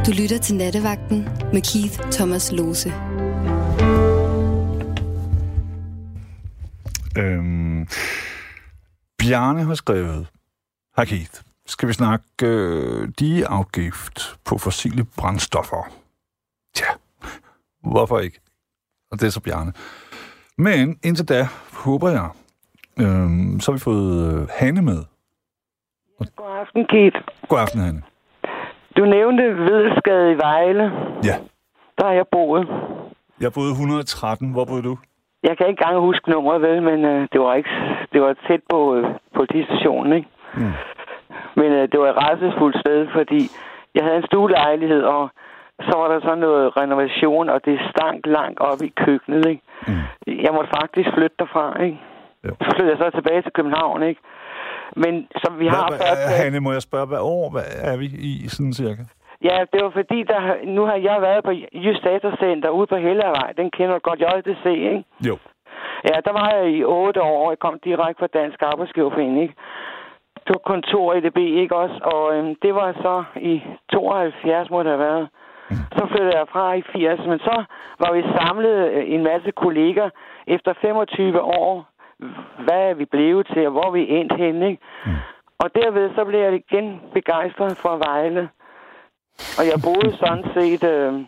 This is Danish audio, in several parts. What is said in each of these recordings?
Du lytter til Nattevagten med Keith Thomas Lose. Bjarne har skrevet: Hej Keith, skal vi snakke afgift på fossile brændstoffer? Tja, hvorfor ikke? Og det er så Bjarne. Men indtil da håber jeg, så har vi fået Hanne med. God aften, Keith. God aften, Hanne. Du nævnte Vedelsgade i Vejle. Ja. Der har jeg boet. Jeg boede 113. Hvor boede du? Jeg kan ikke engang huske nummeret, vel, men det var tæt på politistationen, ikke? Mm. Men det var et rædselsfuldt sted, fordi jeg havde en stuelejlighed, og så var der sådan noget renovation, og det stank langt op i køkkenet, ikke? Mm. Jeg måtte faktisk flytte derfra, ikke? Jo. Så flyttede jeg så tilbage til København, ikke? Men som vi har... Hanne, må jeg spørge, hvad år er vi i, sådan cirka? Ja, det var fordi, nu har jeg været på Jysk Datacenter ude på Hellervej. Den kender du godt, JDC, ikke? Jo. Ja, der var jeg i 8 år, og jeg kom direkte fra Dansk Arbejdsgiverforening, ikke? Det var kontor i DB, ikke også? Og det var så i 72, må det have været. Så flyttede jeg fra i 80, men så var vi samlet en masse kolleger efter 25 år. Hvad er vi blevet til, og hvor vi endte henne, ikke? Mm. Og derved så blev jeg igen begejstret for Vejle. Og jeg boede sådan set...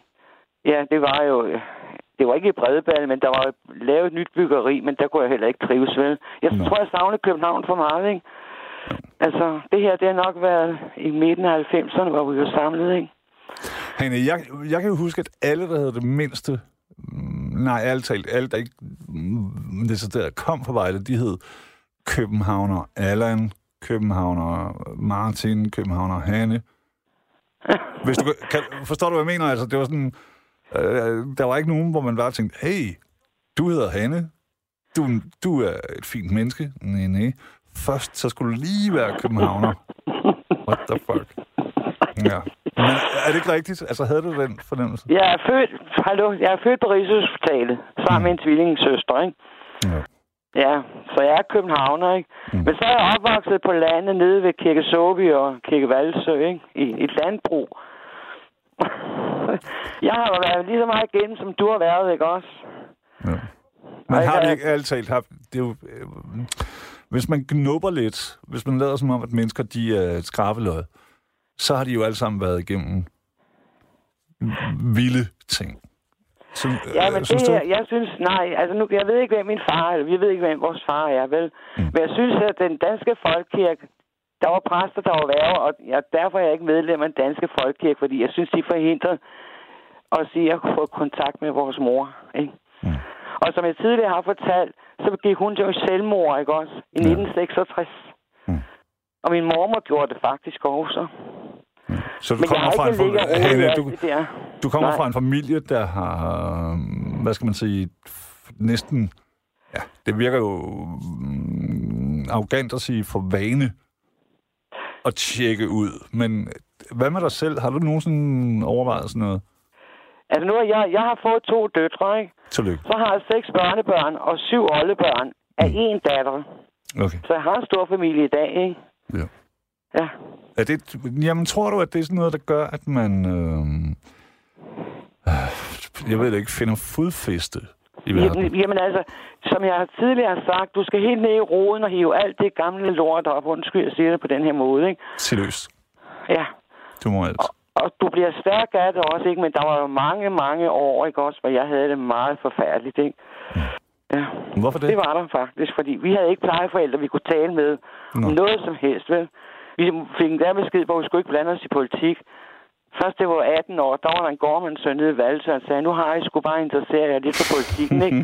det var ikke i Bredebal, men der var lavet et nyt byggeri, men der kunne jeg heller ikke trives, vel? Jeg tror, jeg savnede København for meget, ikke? Altså, det her, det har nok været i midten af 90'erne, hvor vi var samlet, ikke? Hanne, jeg kan jo huske, at alle, der havde det mindste... Nej, alle, der ikke decideret kom fra Vejle, de hed Københavner Allan, Københavner Martin, Københavner Hanne. Hvis forstår du, hvad jeg mener? Altså, det var sådan... der var ikke nogen, hvor man bare tænkte, hey, du hedder Hanne, du er et fint menneske. Nej. Først, så skulle du lige være københavner. What the fuck? Ja. Men er det ikke rigtigt? Altså, havde du den fornemmelse? Jeg er født på Rigshospitalet, sammen med en tvillingssøster, ikke? Ja. Ja, så jeg er københavner, ikke? Men så er jeg opvokset på landet nede ved Kirke Såby og Kirke Valsø, ikke? I et landbrug. Jeg har jo været lige så meget igennem, som du har været, ikke også? Ja. Men har vi ikke altid haft... Det er jo, hvis man knupper lidt, hvis man lader som om, at mennesker, de er et skrabbeløg, så har de jo alle sammen været igennem vilde ting. Ja, men det her, jeg synes, altså jeg ved ikke, hvem min far er, vi ved ikke, hvem vores far er, vel? Men jeg synes, at den danske folkekirke, der var præster, der var værre, og derfor er jeg ikke medlem af den danske folkekirke, fordi jeg synes, de forhindrer os i at få kontakt med vores mor, ikke? Mm. Og som jeg tidligere har fortalt, så gik hun jo selvmord, ikke også? I 1966. Mm. Og min mormor gjorde det faktisk også. Så du kommer fra en familie, der har, hvad skal man sige, næsten, ja, det virker jo arrogant at sige, for vane at tjekke ud. Men hvad med dig selv? Har du nogensinde overvejet sådan noget? Altså nu jeg har fået 2 døtre, ikke? Tillykke. Så har jeg 6 børnebørn og 7 oldebørn af 1 datter. Okay. Så jeg har en stor familie i dag, ikke? Ja. Ja. Jamen, tror du, at det er sådan noget, der gør, at man... jeg ved det ikke, finder fodfæste i verden? Jamen altså, som jeg tidligere har sagt, du skal helt ned i roden og hive alt det gamle lort op. Undskyld, jeg siger det på den her måde, ikke? Seriøst? Ja. Du må alt. Og du bliver stærk af det også, ikke? Men der var jo mange, mange år, ikke også, hvor jeg havde det meget forfærdeligt, ikke? Ja. Hvorfor det? Det var der faktisk, fordi vi havde ikke plejeforældre, vi kunne tale med om noget som helst, vel? Vi fik en der besked, hvor vi skulle ikke blande os i politik. Først det var 18 år, der var der en gårdmandssøn nede i Valsø, og sagde, nu har jeg sgu bare interesseret jer lidt for politikken, ikke?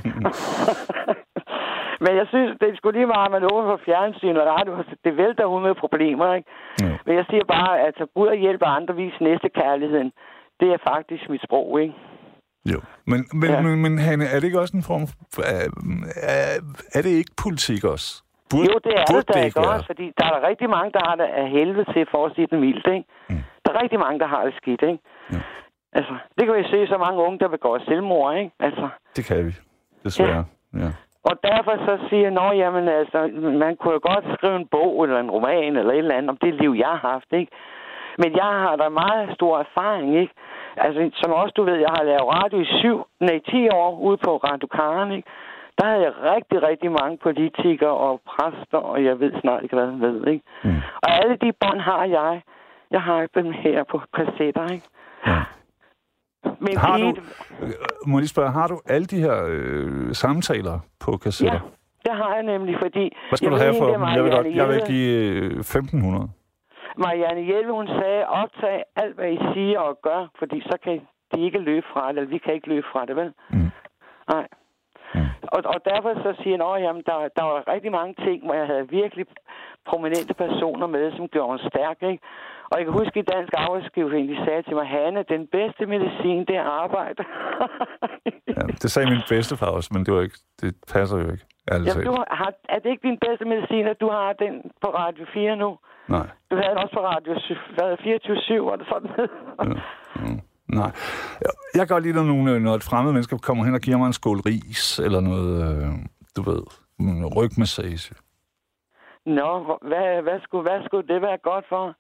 Men jeg synes, det skulle lige meget, at man åbner for fjernsyn og radio, det vælter ud med problemer, ikke? Ja. Men jeg siger bare, at tage ud og hjælpe andre, vise næste kærligheden, det er faktisk mit sprog, ikke? Jo, men Hanne, er det ikke også en form er det ikke politik også? Jo, det er det da ikke også, fordi der er rigtig mange, der har det af helvede til, for at sige det mildt, ikke? Der er rigtig mange, der har det skidt, ikke? Ja. Altså, det kan vi se så mange unge, der begår selvmord, ikke? Altså. Det kan vi, desværre, ja. Og derfor så siger jeg, jamen altså, man kunne jo godt skrive en bog eller en roman eller et eller andet om det liv, jeg har haft, ikke? Men jeg har da meget stor erfaring, ikke? Altså, som også du ved, jeg har lavet radio i 10 år ude på Radio Karen, ikke? Der havde jeg rigtig, rigtig mange politikere og præster, og jeg ved snart ikke, hvad jeg ved, ikke? Og alle de bånd har jeg. Jeg har dem her på kassetter, ikke? Ja. Men må jeg lige spørge, har du alle de her samtaler på kassetter? Ja, det har jeg nemlig, fordi... Hvad skal du have for dem? Jeg vil give 1.500. Marianne Jelve, hun sagde, optag alt, hvad I siger og gør, fordi så kan de ikke løbe fra det, eller vi kan ikke løbe fra det, vel? Nej. Og derfor så siger jeg, jamen, der var rigtig mange ting, hvor jeg havde virkelig prominente personer med, som gjorde mig stærk, ikke? Og jeg kan huske, at Dansk Arbejdsgiverforening, de sagde til mig, Hanne, den bedste medicin, det er arbejde. Ja, det sagde min bedstefar også, men det passer jo ikke. Jamen, er det ikke din bedste medicin, at du har den på Radio 4 nu? Nej. Du havde den også på Radio 24/7, var det sådan? Nej. Jeg kan godt lide, når et fremmed menneske kommer hen og giver mig en skål ris, eller noget, du ved, en rygmassage. Nå, hvad skulle det være godt for?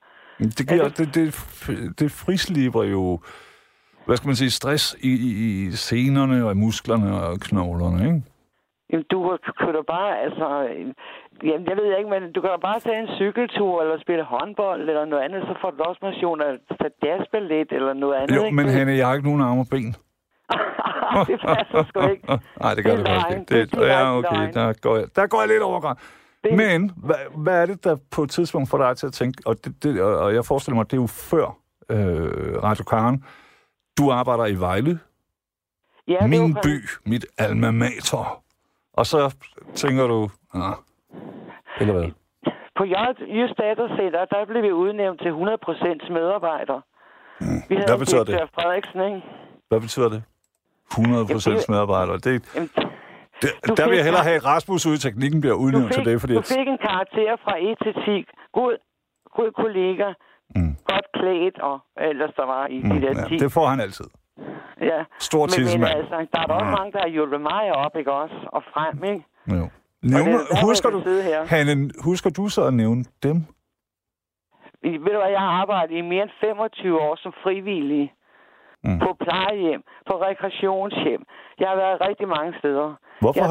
Det frislipper jo, hvad skal man sige, stress i senerne og i musklerne og knoglerne, ikke? Jamen, du kunne da bare, altså... Jamen, jeg ved ikke, men du kan da bare tage en cykeltur, eller spille håndbold, eller noget andet, så får du også motion af tage jazzballet, eller noget andet, jo, ikke? Men Hanne, jeg har ikke nogen arme og ben. Det passer sgu ikke. Nej, det gør det faktisk ikke. Ja, okay, der går jeg lidt overgang. Men, hvad er det, der på et tidspunkt får dig til at tænke, og jeg forestiller mig, det er jo før Radio Karen. Du arbejder i Vejle. Ja, min by, mit alma mater. Og så tænker du, eller hvad? På Jysk Datacenter, der blev vi udnævnt til 100% medarbejdere. Hvad betyder det? Frederiksen, ikke? Hvad betyder det? 100% medarbejdere. Der vil jeg hellere have, at Rasmus ude i teknikken bliver udnævnt til det, fordi... Du fik en karakter fra 1 til 10. God kollega. Godt klædt, og ellers der var i de der 10. Det får han altid. Ja. Stor tidsmand. Men altså, der er da også mange, der har hjulpet mig op, ikke også? Og frem, ikke? Jo. Husker du så at nævne dem? Ved du hvad, jeg har arbejdet i mere end 25 år som frivillig. På plejehjem, på rekreationshjem. Jeg har været rigtig mange steder. Hvorfor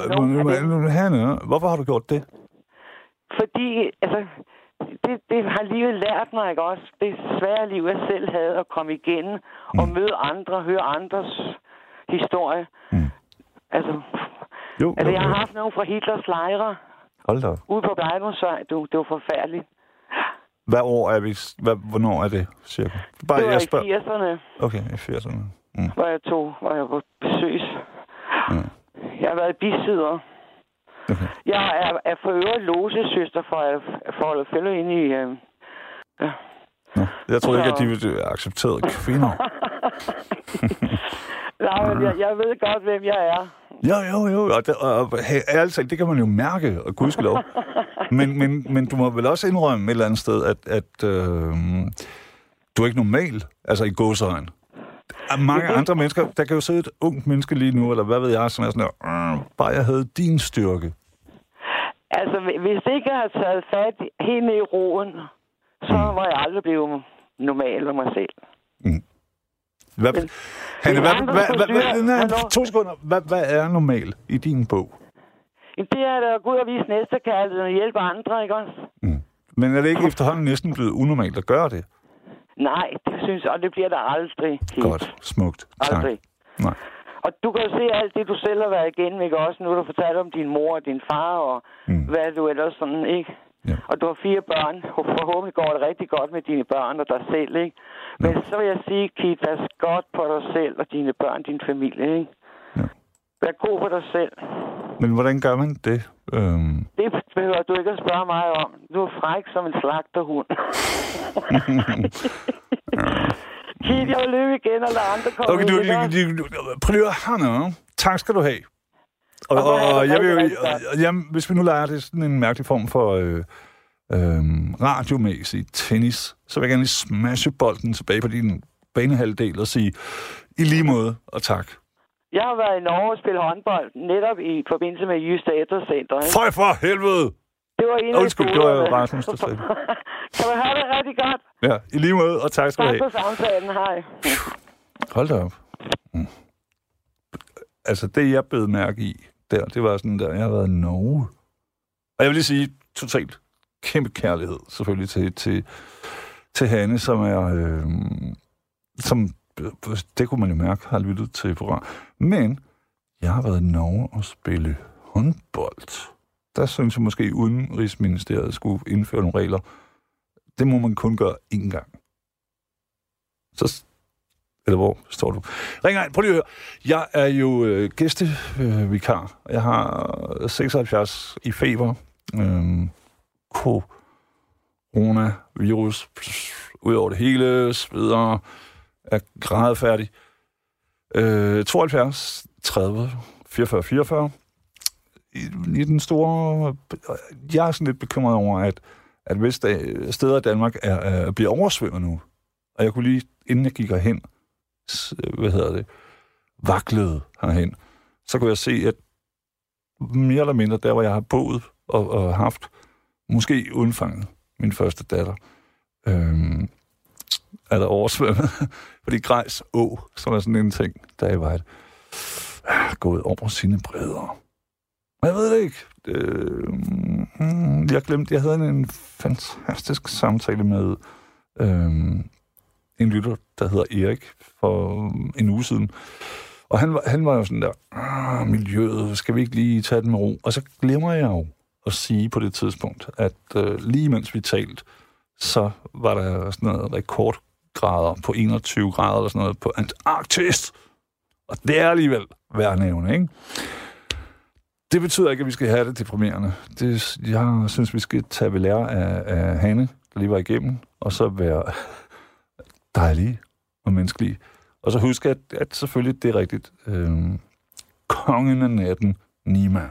har du gjort det? Fordi, altså... Det har livet lært mig, ikke også? Det svære liv, jeg selv havde at komme igennem og møde andre, høre andres historie. Altså, jeg har haft nogen fra Hitlers lejre. Hold da. Ude på Blejdomsvej, det var forfærdeligt. Hvad år er vi? Hvornår er det, cirka? Det var i 80'erne. Okay, i 80'erne. Hvor jeg var besøgs. Jeg har været bisidder. Okay. Jeg er for øvrigt losesøster for at følge ind i... Jeg tror ikke, at de vil acceptere kvinder. Nej, men jeg ved godt, hvem jeg er. Jo. Og ærligt talt, det kan man jo mærke, og gudskelov. Men du må vel også indrømme et eller andet sted, at du er ikke normal, altså i gåseøjne. Mange andre mennesker, der kan jo sidde et ungt menneske lige nu, eller hvad ved jeg, som er sådan der, bare jeg havde din styrke. Altså, hvis ikke jeg havde taget fat helt ned i roen, så var jeg aldrig blevet normal af mig selv. To sekunder. Hvad er normal i din bog? Det er da at gå ud og vise næstekærlighed og hjælpe andre, ikke også? Men er det ikke efterhånden næsten blevet unormalt at gøre det? Nej, det synes jeg, og det bliver der aldrig. Godt, smukt. Aldrig. Nej. Og du kan jo se alt det, du selv har været igennem, ikke også? Nu har du fortalt om din mor og din far, og hvad du ellers sådan, ikke? Ja. Og du har 4 børn. Forhåbentlig går det rigtig godt med dine børn og dig selv, ikke? Men så vil jeg sige, Kit, pas godt på dig selv og dine børn, din familie, ikke? Ja. Vær god på dig selv. Men hvordan gør man det? Det behøver du ikke at spørge mig om. Du er fræk som en slagterhund. Kit, jeg vil løbe igen, og lade andre komme prøv at Hanne. Tak skal du have. Og jeg vil jo, hvis vi nu leger det sådan en mærkelig form for radiomæssig tennis, så vil jeg gerne lige smashe bolden tilbage på din banehalvdel og sige i lige måde og tak. Jeg har været i Norge og spillet håndbold, netop i forbindelse med Jysk Datacenter. Føj for helvede! Det var en af det var jo Rasmus, der sagde det. Kan du have det rigtig godt? Ja, i lige måde, og tak skal du have. Tak for samtalen, hej. Hold da op. Altså, det jeg bed mærke i der, det var sådan der, jeg har været i Norge. Og jeg vil lige sige, totalt kæmpe kærlighed, selvfølgelig, til Hanne, som er, som, det kunne man jo mærke, har lyttet til program. Men jeg har været i Norge og spille håndbold. Der synes jeg måske, Udenrigsministeriet skulle indføre nogle regler. Det må man kun gøre én gang. Så, eller hvor står du? Ring ind, prøv lige at høre. Jeg er jo gæstevikar. Jeg har 76 i feber. Coronavirus ud over det hele, sveder, er grædefærdig. 72, 30, 44, 44. I den store... Jeg er sådan lidt bekymret over, at hvis steder i Danmark bliver oversvømmet nu, og jeg kunne lige, inden jeg gik herhen, vaklede herhen, så kunne jeg se, at mere eller mindre, der hvor jeg har boet og haft, måske undfanget min første datter, er der oversvømmet. Fordi Grejs Å, som er sådan en ting, der er bare gået over sine bredder. Jeg ved det ikke. Jeg glemte, jeg havde en fantastisk samtale med en lytter, der hedder Erik, for en uge siden. Og han var jo sådan der, miljøet, skal vi ikke lige tage den med ro? Og så glemmer jeg jo at sige på det tidspunkt, at lige mens vi talte, så var der sådan noget rekordgrader på 21 grader eller sådan noget på Antarktis. Og det er alligevel værd at nævne, ikke? Det betyder ikke, at vi skal have det deprimerende. Jeg synes, vi skal tage ved lære af Hanne, der lige var igennem, og så være dejlige og menneskelige. Og så huske, at selvfølgelig det er rigtigt. Kongen af natten, Nima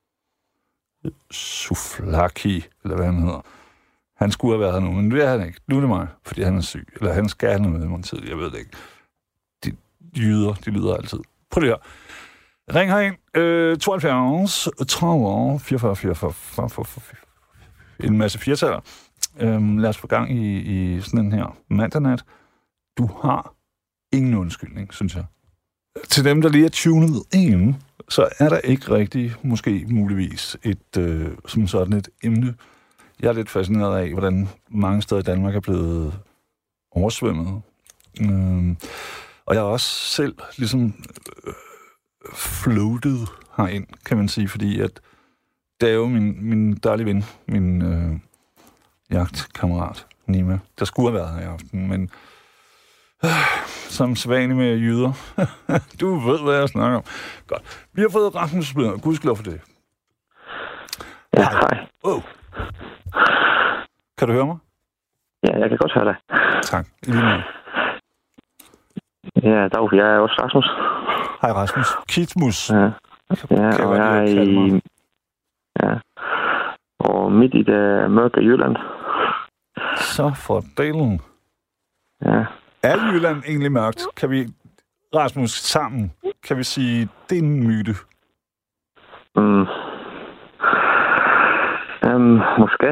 Souvlaki, eller hvad han hedder. Han skulle have været her nu, men det er han ikke. Nu er det mig, fordi han er syg. Eller han skal have noget med mig tid, jeg ved det ikke. De jyder, de lyder altid. Prøv det her. Ring herind. 72 30 44 44. En masse firtaler. Lad os få gang i sådan en her mandagnat. Du har ingen undskyldning, synes jeg. Til dem, der lige er tunet ind, så er der ikke rigtig, måske muligvis, som sådan et emne. Jeg er lidt fascineret af, hvordan mange steder i Danmark er blevet oversvømmet. Og jeg er også selv ligesom floatet herind, kan man sige, fordi at det er jo min dejlige ven, min jagtkammerat, Nima, der skulle have været her i aften, men som sædvanlig med jyder. Du ved, hvad jeg snakker om. Godt. Vi har fået Rasmus Bløder. Gudskelov for det. Ja, hej. Oh. Kan du høre mig? Ja, jeg kan godt høre dig. Tak. I lige måde. Ja, dag. Jeg er også Rasmus. Hej Rasmus. Kitmus. Ja, og jeg er i... Ja. Og midt i det mørke Jylland. Så for delen. Ja. Er Jylland egentlig mørkt? Kan vi, Rasmus, sammen, kan vi sige, det er en myte? Måske.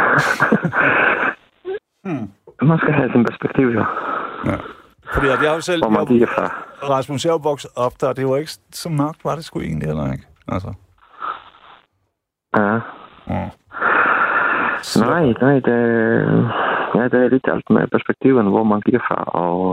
Man skal have sin perspektiv, jo. Ja. Fordi at jeg jo selv... Hvor man kigger fra. Rasmus, jeg er jo vokset op der, det var ikke så mørkt, var det sgu egentlig, eller ikke? Altså. Ja. Nej, det er lidt alt med perspektiverne, hvor man kigger fra,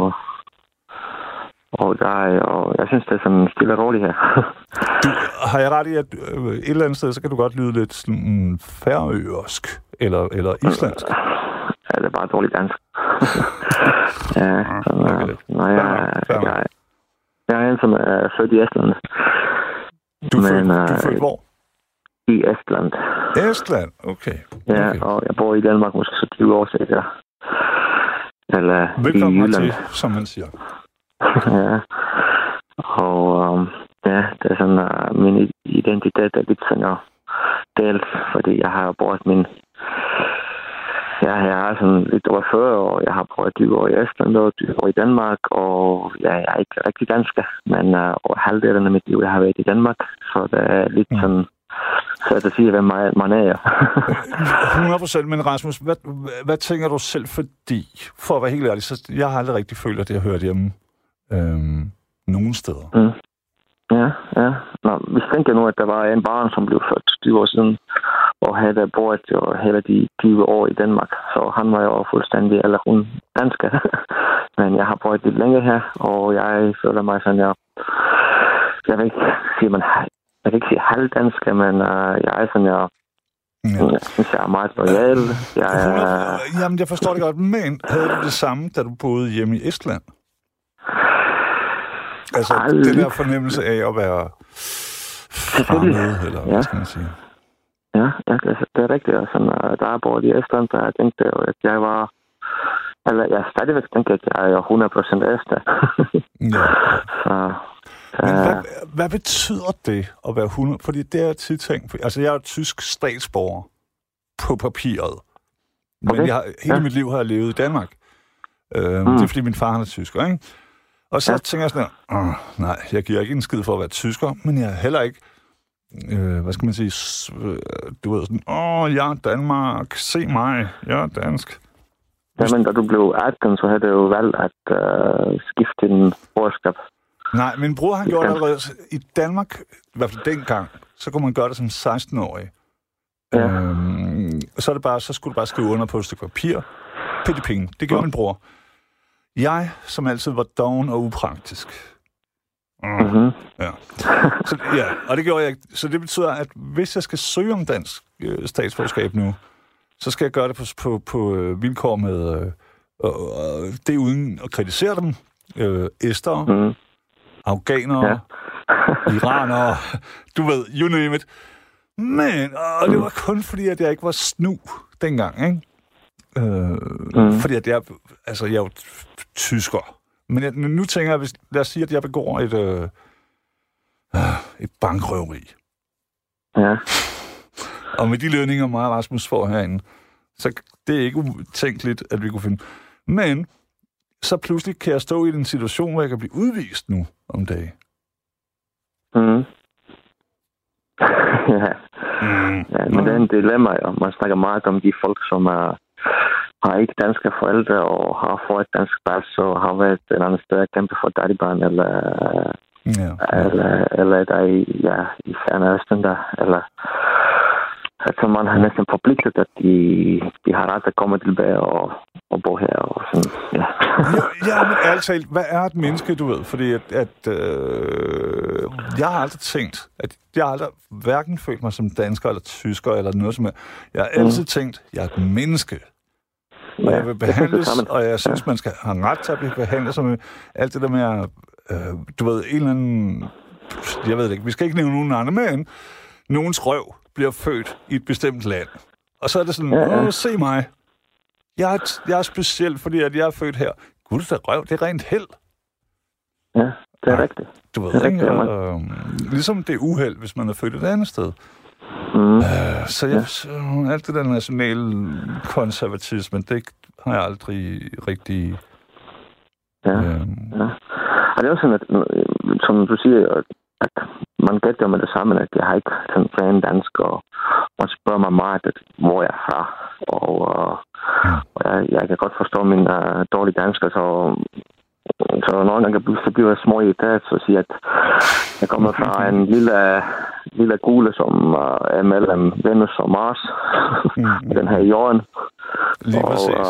og jeg synes, det er sådan stille og roligt her. Har jeg ret i, at et eller andet sted, så kan du godt lyde lidt sådan færøsk, eller islandsk? Ja, det er bare dårligt dansk. Jeg er en, som er født i Estland. Du er født hvor? I Estland. Estland? Okay. Ja, og jeg bor i Danmark måske så 20 år siden. Eller velkommen i Jylland. hertil, som man siger. Ja. Og det er sådan, min identitet er lidt sådan delt, fordi jeg har brugt jeg er sådan lidt over 40 år, jeg har prøvet 20 år i Estland og 20 år i Danmark, og jeg er ikke rigtig dansker, men over halvdelen af mit liv, jeg har været i Danmark, så det er lidt sådan svært at sige, hvem man er. 100%, men Rasmus, hvad tænker du selv, fordi, for at være helt ærlig, så jeg har aldrig rigtig følt, at jeg har hørt hjemme nogen steder. Mm. Ja. Nå, vi tænker nu, at der var en barn, som blev født 20 år siden, og havde boet jo hele de 20 år i Danmark. Så han var jo fuldstændig, eller hun, dansker. Men jeg har boet lidt længe her, og jeg føler mig sådan, jeg vil ikke sige, jeg kan ikke sige halvdansk, men jeg er sådan, jeg synes, jeg er meget loyal. Jamen, jeg forstår det godt, men havde du det samme, da du boede hjemme i Estland? Altså, det der fornemmelse af at være fremmed, eller hvad skal man sige? Ja, altså, det er rigtigt. Og sådan, der er boet i Estland, der jeg tænkte jo, at jeg var... Eller jeg stadigvæk tænker, at jeg er 100% efter. Ja. Så, men hvad betyder det at være 100%? Fordi det er tit tænkt... Altså, jeg er jo tysk statsborger på papiret. Men okay. Hele mit liv har jeg levet i Danmark. Det er, fordi min far er tysker, ikke? Og så tænker jeg sådan her, nej, jeg giver ikke en skid for at være tysker, men jeg er heller ikke, hvad skal man sige, du ved sådan, jeg er Danmark, se mig, jeg er dansk. Jamen, da du blev 18, så havde du jo valgt at skifte din borgerskab. Nej, min bror, han gjorde det allerede. I Danmark, i hvert fald dengang, så kunne man gøre det som 16-årig. Ja. Så skulle du bare skrive under på et stykke papir. Penge. Det gjorde min bror. Jeg, som altid var doven og upraktisk. Ja. Og det gjorde jeg ikke. Så det betyder, at hvis jeg skal søge om dansk statsborgerskab nu, så skal jeg gøre det på vilkår med det uden at kritisere dem. Estere, afghanere, iranere, du ved, you name it. Men, det var kun fordi, at jeg ikke var snu dengang, ikke? Fordi at jeg er jo tysker. Men nu tænker jeg, lad os sige, at jeg begår et bankrøveri. Ja. Og med de lønninger, mig og Rasmus får herinde, så det er ikke utænkeligt, at vi kunne finde. Men så pludselig kan jeg stå i en situation, hvor jeg kan blive udvist nu om dagen. Ja, men det er en dilemma, og man snakker meget om de folk, som har ikke danske forældre og har fået et dansk pas, og har været et eller andet sted at kæmpe for Taliban, eller der i Fjerne Østen der, eller så man har næsten forpligtet, at de har ret at komme tilbage og bo her og sådan, ja. Ja, men ærligt talt, hvad er et menneske, du ved? Fordi jeg har aldrig tænkt, at jeg har aldrig hverken følt mig som dansker eller tysker eller noget som helst. Jeg har altid tænkt, at jeg er et menneske. Og jeg vil behandles, og jeg synes, man skal have ret til at blive behandlet som alt det der med, du ved, en eller anden, jeg ved det ikke, vi skal ikke nævne nogen andre, men nogens røv bliver født i et bestemt land. Og så er det sådan, se mig. Jeg er speciel, fordi at jeg er født her. Gud, det er røv, det er rent held. Ja, det er rigtigt. Du ved ikke, ligesom det er uheld, hvis man er født et andet sted. Så alt det der nationale konservatisme, det har jeg aldrig rigtig... Ja. Og det er jo sådan, at, som du siger, at man gætter med det samme, at jeg har ikke sådan fan dansk, og man spørger mig meget, at hvor jeg er fra. Og jeg kan godt forstå min dårlige dansk, så nogle gange så bliver jeg små irriteret, så siger at jeg kommer fra en lille kugle, som er mellem Venus og Mars, den her jorden. Lige præcis.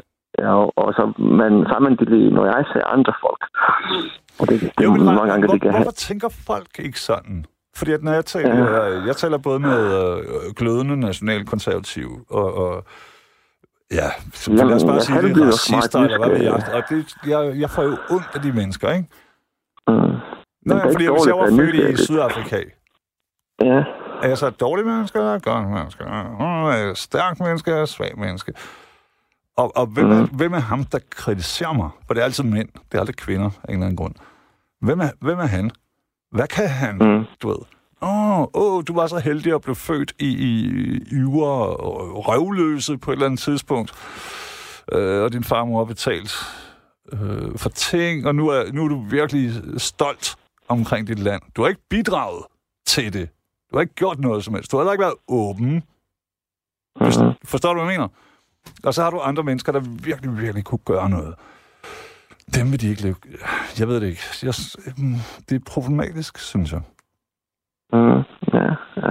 Men samtidig, når jeg ser andre folk, og det mange gange, det kan have. Hvorfor tænker folk ikke sådan? Fordi at når jeg taler både med glødende nationalkonservative og så lad os bare sige, det er racister, eller hvad ved jeg. Og jeg får jo ondt af de mennesker, ikke? Fordi hvis jeg var født i Sydafrika, er jeg så et dårligt menneske, eller et godt menneske? Er jeg stærkt menneske, eller svag menneske? Og hvem er ham, der kritiserer mig? For det er altid mænd, det er aldrig kvinder af en eller anden grund. Hvem er han? Hvad kan han? Du ved. Du var så heldig at blive født i yver og røvløse på et eller andet tidspunkt. Og din farmor har betalt for ting, og nu er du virkelig stolt omkring dit land. Du har ikke bidraget til det. Du har ikke gjort noget som helst. Du har heller ikke været åben. Forstår du, hvad jeg mener? Og så har du andre mennesker, der virkelig, virkelig kunne gøre noget. Dem vil de ikke leve. Jeg ved det ikke. Det er problematisk, synes jeg. Ja.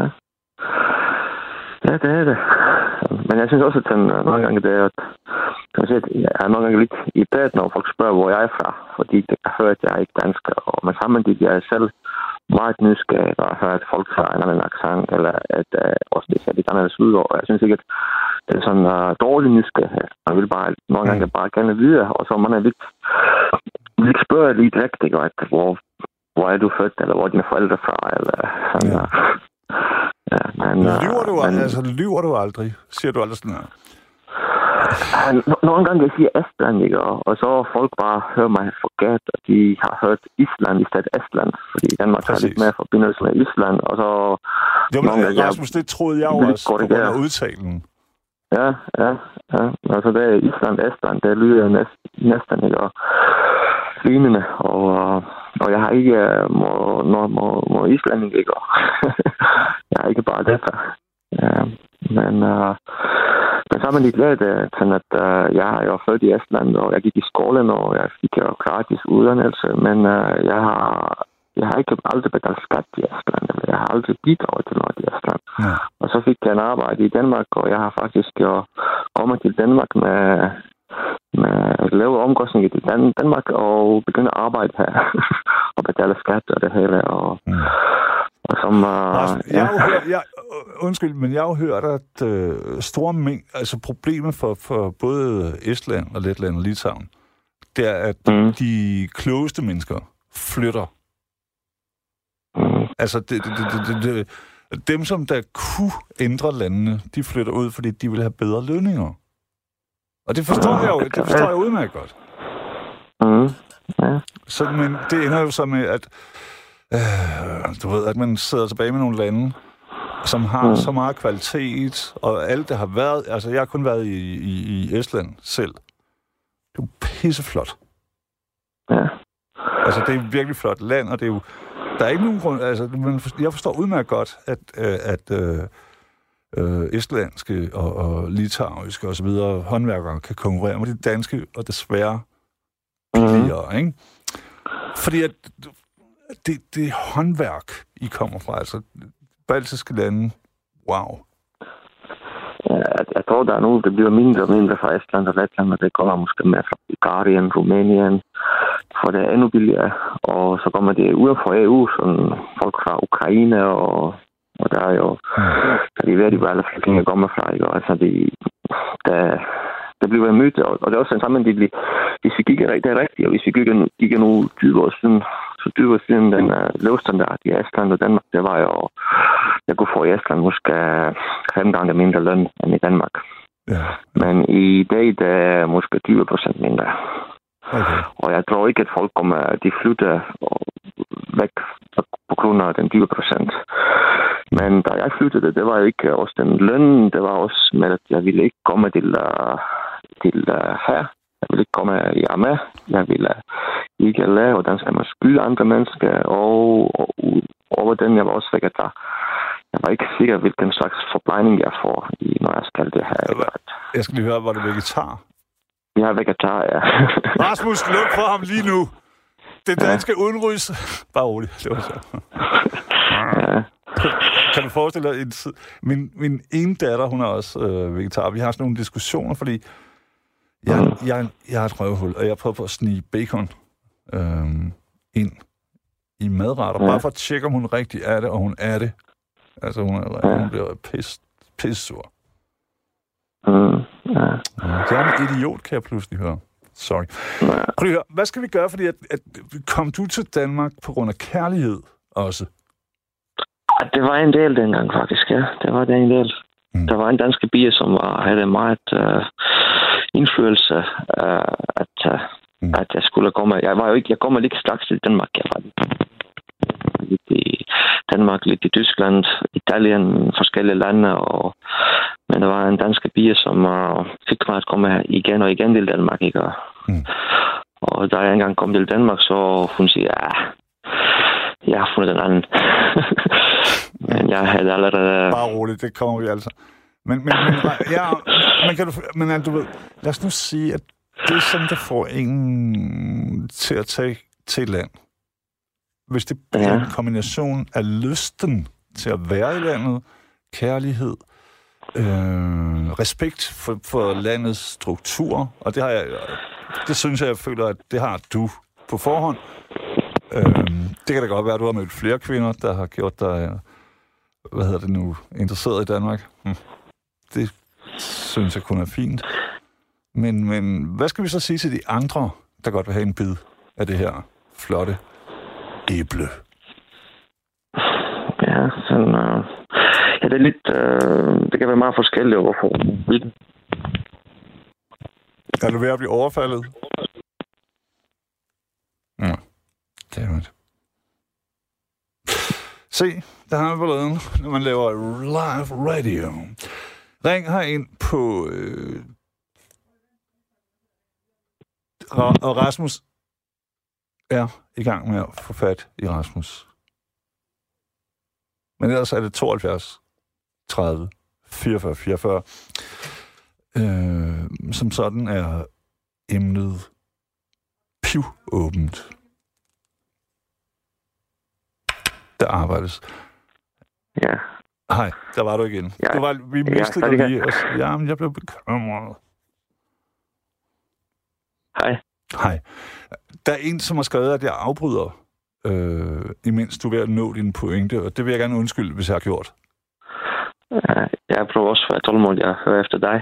Ja, det er det. Men jeg synes også, at nogle gange det er, at jeg er nogle gange lidt irriteret, når folk spørger, hvor jeg er fra. Fordi det kan høre, at jeg er ikke dansker. Men samtidig jeg er selv meget nysgerrig og har hørt folk fra en anden accent, eller at også det ser lidt anderledes ud. Og jeg synes ikke, at det er sådan dårlig nysgerrighed. Man vil bare nogle gange bare gerne vide, og så man er lidt spørger lige direkte, hvor er du født, eller hvor er dine forældre fra, eller sådan der. Ja, men, lyver du aldrig? Siger du aldrig sådan her? Nogle gange jeg siger Estland, ikke? Og så folk bare hører mig forkert, og de har hørt Island i stedet Estland, fordi Danmark har lidt mere forbindelse med Island, og så... Jo, men Rasmus, det troede jeg også på grund af udtalen. Ja. Altså det er Island, Estland, det lyder næsten, ikke? Og lignende, og jeg har ikke må islanding, ikke? Jeg har ikke bare det. Men sammenligt er det sådan, at jeg har jo født i Estland, og jeg gik i skolen, og jeg fik jo gratis uddannelse, men jeg har ikke aldrig betalt skat i Estland, eller jeg har aldrig bidraget til noget i Estland. Ja. Og så fik jeg en arbejde i Danmark, og jeg har faktisk jo kommet til Danmark med lave omkostninger til Danmark, og begynde at arbejde her, og betale skat og det hele, og som... Undskyld, men jeg har jo hørt, at store mængder, altså problemet for både Estland og Letland og Litauen, det er, at de klogeste mennesker flytter. Altså, dem, som der kunne ændre landene, de flytter ud, fordi de vil have bedre lønninger. Og det forstår jeg jo, det forstår jeg udmærket godt. Ja. Så, men det ender jo så med, at du ved, at man sidder tilbage med nogle lande, som har så meget kvalitet, og alt det har været... Altså, jeg har kun været i Estland selv. Det er jo pisseflot. Ja. Altså, det er virkelig flot land, og det er jo... Der er ikke nogen grund... Altså, jeg forstår udmærket godt, at estlandske og litauiske og så videre håndværkere kan konkurrere med de danske, og desværre billigere, ikke? Fordi at det håndværk, I kommer fra, altså baltiske lande, wow. Jeg tror, der er nu, det bliver mindre og mindre fra Estland og Letland, og det kommer måske mere fra Bulgarien, Rumænien, for det er endnu billigere. Og så kommer det ud fra EU, sådan folk fra Ukraine, og der er jo, der er ved, at de alle flygtninge kommer fra, ikke? Og altså, det bliver en myte, og det er også en sammenhæng, hvis vi kigger rigtigt, og hvis vi kigger nu 20 år siden, den levestandard i Estland og Danmark, det var jo, jeg kunne få i Estland måske 5 gange mindre løn end i Danmark. Ja. Men i dag, det er måske 20% mindre. Okay. Og jeg tror ikke, at folk de flytter væk på grund af den 20%. Men da jeg flyttede, det var jo ikke også den løn, det var også med, at jeg ville ikke komme til her. Jeg ville ikke komme i armé. Jeg ville ikke lære, hvordan skal man skyde andre mennesker, og over den, jeg var også vegetar. Jeg var ikke sikker, hvilken slags forplejning jeg får, når jeg skal det her. Jeg skal lige høre, var du vegetar? Jeg er vegetar, ja. Rasmus, luk for ham lige nu. Det danske udenrigs... Bare roligt, det var så. Ja. Kan du forestille dig en tid? Min ene datter, hun er også vegetar. Vi har sådan nogle diskussioner, fordi jeg har et røvhul, og jeg prøver på at snige bacon ind i madretter, bare for at tjekke, om hun rigtig er det, og hun er det. Altså, hun bliver pissur. Jeg er en idiot, kan jeg pludselig høre. Sorry. Hvad skal vi gøre, fordi at kom du til Danmark på grund af kærlighed også? Det var en del dengang, faktisk, ja. Det var det en del. Der var en dansk pige, som havde meget indflydelse, at jeg skulle komme. Jeg kommer ikke straks til Danmark. Jeg var lidt i Danmark, lidt i Tyskland, Italien, forskellige lande, men der var en dansk pige, som fik mig at komme igen og igen til Danmark, ikke? Og da jeg engang kom til Danmark, så hun siger, jeg har fundet en anden. Men jeg havde allerede... Bare roligt, det kommer vi altså. Men du ved, lad os nu sige, at det er sådan, der får en til at tage til land. Hvis det er en kombination af lysten til at være i landet, kærlighed, respekt for landets struktur, og det synes jeg føler, at det har du på forhånd. Det kan da godt være, at du har mødt flere kvinder, der har gjort dig, interesseret i Danmark. Det synes jeg kun er fint. Men hvad skal vi så sige til de andre, der godt vil have en bid af det her flotte æble? Ja, sådan... det er lidt... det kan være meget forskelligt overfor. Er du ved at blive overfaldet? Ja, det er det. Se, der har vi forleden, når man laver live radio. Ring her ind på... og Rasmus er i gang med at få fat i Rasmus. Men ellers er det 72 30 44 44. Som sådan er emnet pivåbent. Der arbejdes. Ja. Hej, der var du igen. Ja. Vi mistede dig lige. Jamen, jeg blev bekymret. Hej. Der er en, som har skrevet, at jeg afbryder, imens du er ved at nå din pointe, og det vil jeg gerne undskylde, hvis jeg har gjort. Jeg prøver også at være tålmodig, jeg hører efter dig.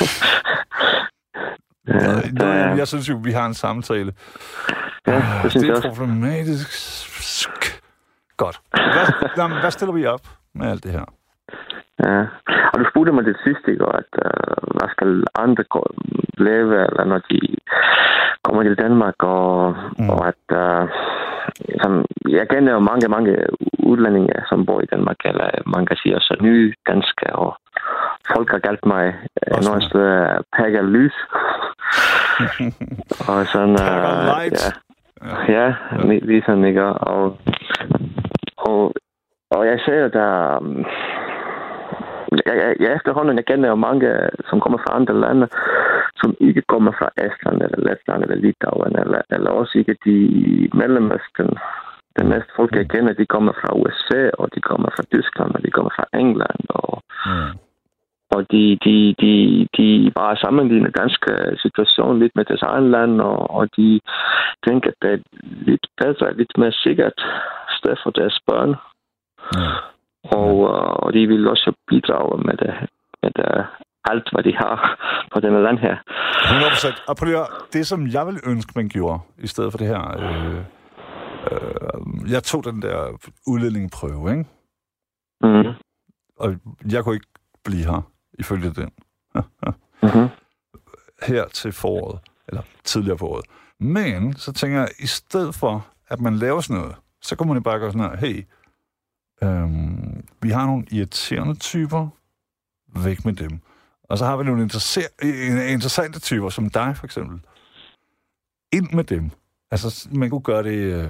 Jeg synes jo, vi har en samtale. Ja, det er problematisk. Godt. Hvad stiller vi op med alt det her? Ja, og du spurgte mig det sidste, ikke, at hvad skal andre leve, eller når de kommer til Danmark, og at jeg kender jo mange udlændinge, som bor i Danmark, eller man kan sige også nye danskere, og folk har kaldt mig nogle steder Pækker Lys. Og sådan... Ja, lige sådan, ikke? Og jeg ser, der... Jeg efterhånden, jeg kender jo mange, som kommer fra andre lande, som ikke kommer fra Estland, eller Letland, eller Litauen, eller også ikke de Mellemøsten. Den næste folk, jeg kender, de kommer fra USA, og de kommer fra Tyskland, og de kommer fra England, og de bare sammenligner danske situation lidt med deres egen land, og de tænker, at det er lidt bedre, lidt mere sikkert sted for deres børn. Og de vil også bidrage med alt, hvad de har på denne land her. 100%. Og prøv at høre, det, som jeg ville ønske, man gjorde, i stedet for det her... jeg tog den der udledningsprøve, ikke? Mm. Og jeg kunne ikke blive her, ifølge den. Her til foråret, eller tidligere på året. Men så tænker jeg, i stedet for, at man laver sådan noget, så kunne man jo bare gøre sådan her, hey, vi har nogle irriterende typer, væk med dem. Og så har vi nogle interessante typer, som dig for eksempel. Ind med dem. Altså, man kunne gøre det...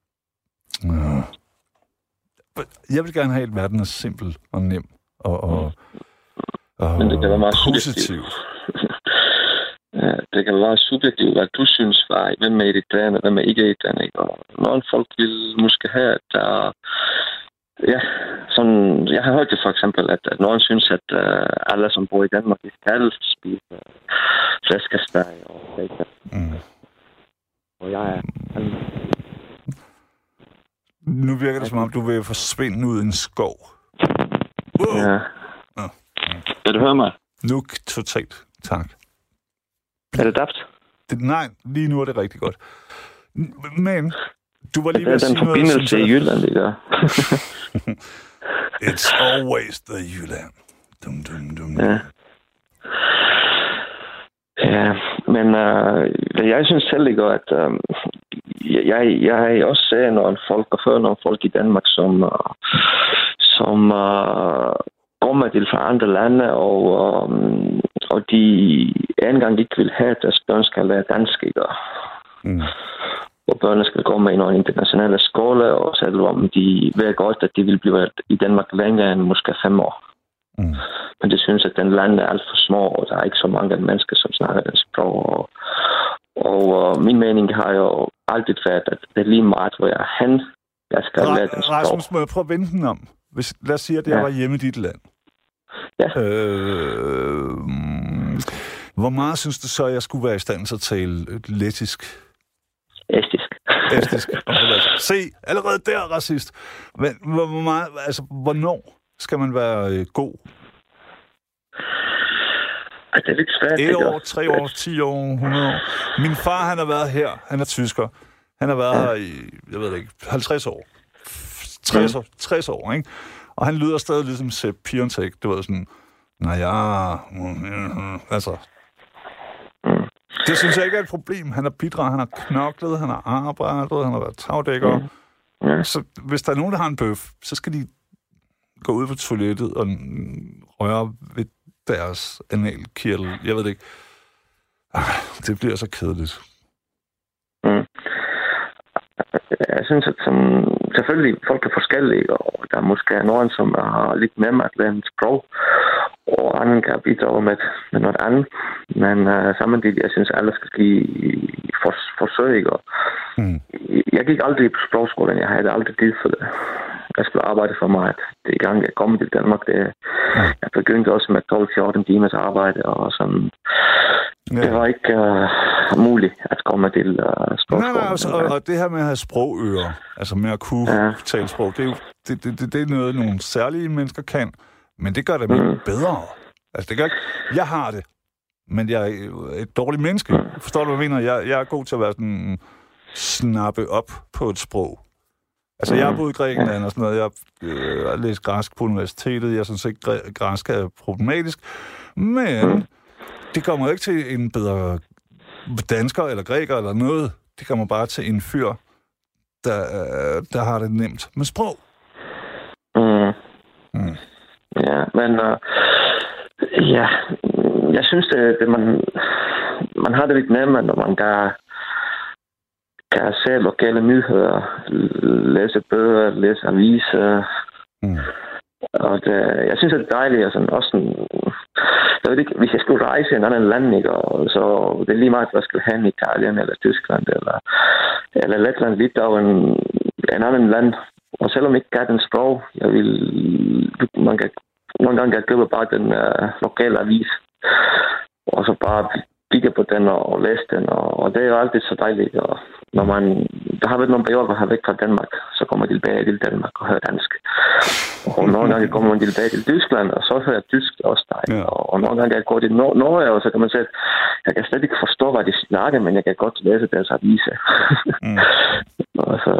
Jeg vil gerne have, at verden er simpel og nem og men det kan være meget positiv. Ja, det kan være meget subjektivt, hvad du synes var, hvem er irriterende, hvem er ikke irriterende. Og nogle folk vil måske have, at der... Ja, sådan, jeg har hørt det for eksempel, at nogen synes, at alle, som bor i Danmark, skal spise flæskesteg og bacon. Og jeg er... Nu virker det, som om du vil forsvinde ud i en skov. Wow. Ja. Kan du høre mig? Nu totalt. Tak. Er det dabt? Nej, lige nu er det rigtig godt. Men... Du var lige ved at sige noget... Det er den forbindelse i Jylland, det der. It's always the Jylland. Dum. Ja. Ja, men jeg synes selv ikke, at jeg har også set nogle folk, og før nogle folk i Danmark, som kommer til fra andre lande, og de engang ikke vil have, at deres børn skal lære dansk, ikke? hvor børnene skal gå med i nogle internationale skoler, og selvom de ved godt, at de vil blive i Danmark længere end måske 5 år. Mm. Men det synes, at den land er alt for små, og der er ikke så mange mennesker, som snakker den sprog. Og min mening har jo altid været, at det er lige meget, hvor jeg er hen. Jeg skal lære den sprog. Rasmus, må jeg prøve at vende den om? Lad os sige, at jeg var hjemme i dit land. Ja. Hvor meget synes du så, at jeg skulle være i stand til at tale lettisk? Estisk. Se, allerede der, racist. Men hvor meget, altså, hvornår skal man være god? Det er lidt svært. 1 år, 3 år, 10 år, 100 år. Min far, han har været her. Han er tysker. Han har været her i, jeg ved ikke, 50 år. 60 år, ikke? Og han lyder stadig ligesom Sepp Piontek. Det var sådan, altså. Det synes jeg ikke er et problem. Han har bidraget, han har knoklet, han har arbejdet, han har været tagdækker. Så hvis der er nogen, der har en bøf, så skal de gå ud på toilettet og røre ved deres analkirtel. Jeg ved det ikke. Det bliver så kedeligt. Jeg synes, at selvfølgelig folk er forskellige, og der er måske nogen, som har lidt nemmere at lære et sprog, og andre kan bidrage med noget andet. Men samtidig, jeg synes, at alle skal give forsøg. Jeg gik aldrig på sprogskolen. Jeg havde aldrig tid for det. Jeg skulle arbejde for mig, at det i gang jeg kom til Danmark. Jeg begyndte også med 12-14 timers arbejde, og sådan. Ja. Det var ikke muligt at komme til sprogskolen. Nej, altså, og det her med at have sprogører, altså med at kunne tale sprog, det er noget, nogle særlige mennesker kan, men det gør det ikke bedre. Altså, det gør ikke. Jeg har det, men jeg er et dårligt menneske. Forstår du, hvad jeg mener? Jeg er god til at være sådan snappe op på et sprog. Altså, jeg har boet i Grækenland og sådan noget. Jeg har læst græsk på universitetet. Jeg synes ikke, græsk er problematisk. Men det kommer ikke til en bedre dansker eller græker eller noget. Det kommer bare til en fyr, der har det nemt med sprog. Ja, men jeg synes, at man har det lidt nemmere, når man kan se lokale nyheder, læse bøger, læse aviser. Og jeg synes, det er dejligt. Og sådan, også sådan, jeg ved ikke, hvis jeg skulle rejse i en anden land, ikke, og så det er lige meget, hvad jeg skulle hen i Italien, eller Tyskland, eller Letland, Litauen, en anden land. Og selvom jeg ikke kan den sprog, nogle gange kan jeg købe bare den lokale avis, og så bare kigge på den og læse den, og det er jo altid så dejligt. Og når der har været nogle perioder, hvor jeg har væk fra Danmark, så kommer jeg tilbage til Danmark og hører dansk. Og nogle gange kommer man tilbage til Tyskland, og så hører jeg tysk også dejligt. Ja. Og nogle gange kan jeg gå til Norge, og så kan man sige, at jeg kan slet ikke forstå, hvad de snakker, men jeg kan godt læse deres aviser. Og så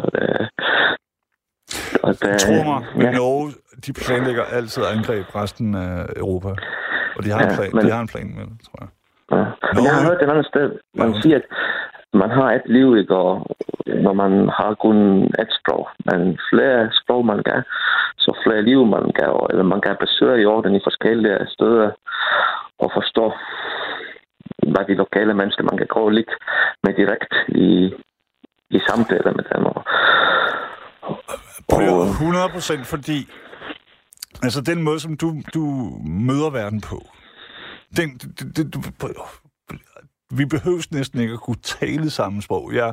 Tro mig, men Norge, de planlægger altid angreb resten af Europa. Og de har en plan med det, tror jeg. Ja. Jeg har hørt et andet sted, man siger, at man har et liv, ikke, og når man har kun et sprog, men flere sprog man kan, så flere liv man kan, eller man kan besøge i orden i forskellige steder og forstå, hvad de lokale mennesker, man kan gå lidt med direkt i samtaler med dem. Og 100%, fordi altså den måde, som du møder verden på, vi behøves næsten ikke at kunne tale samme sprog. Jeg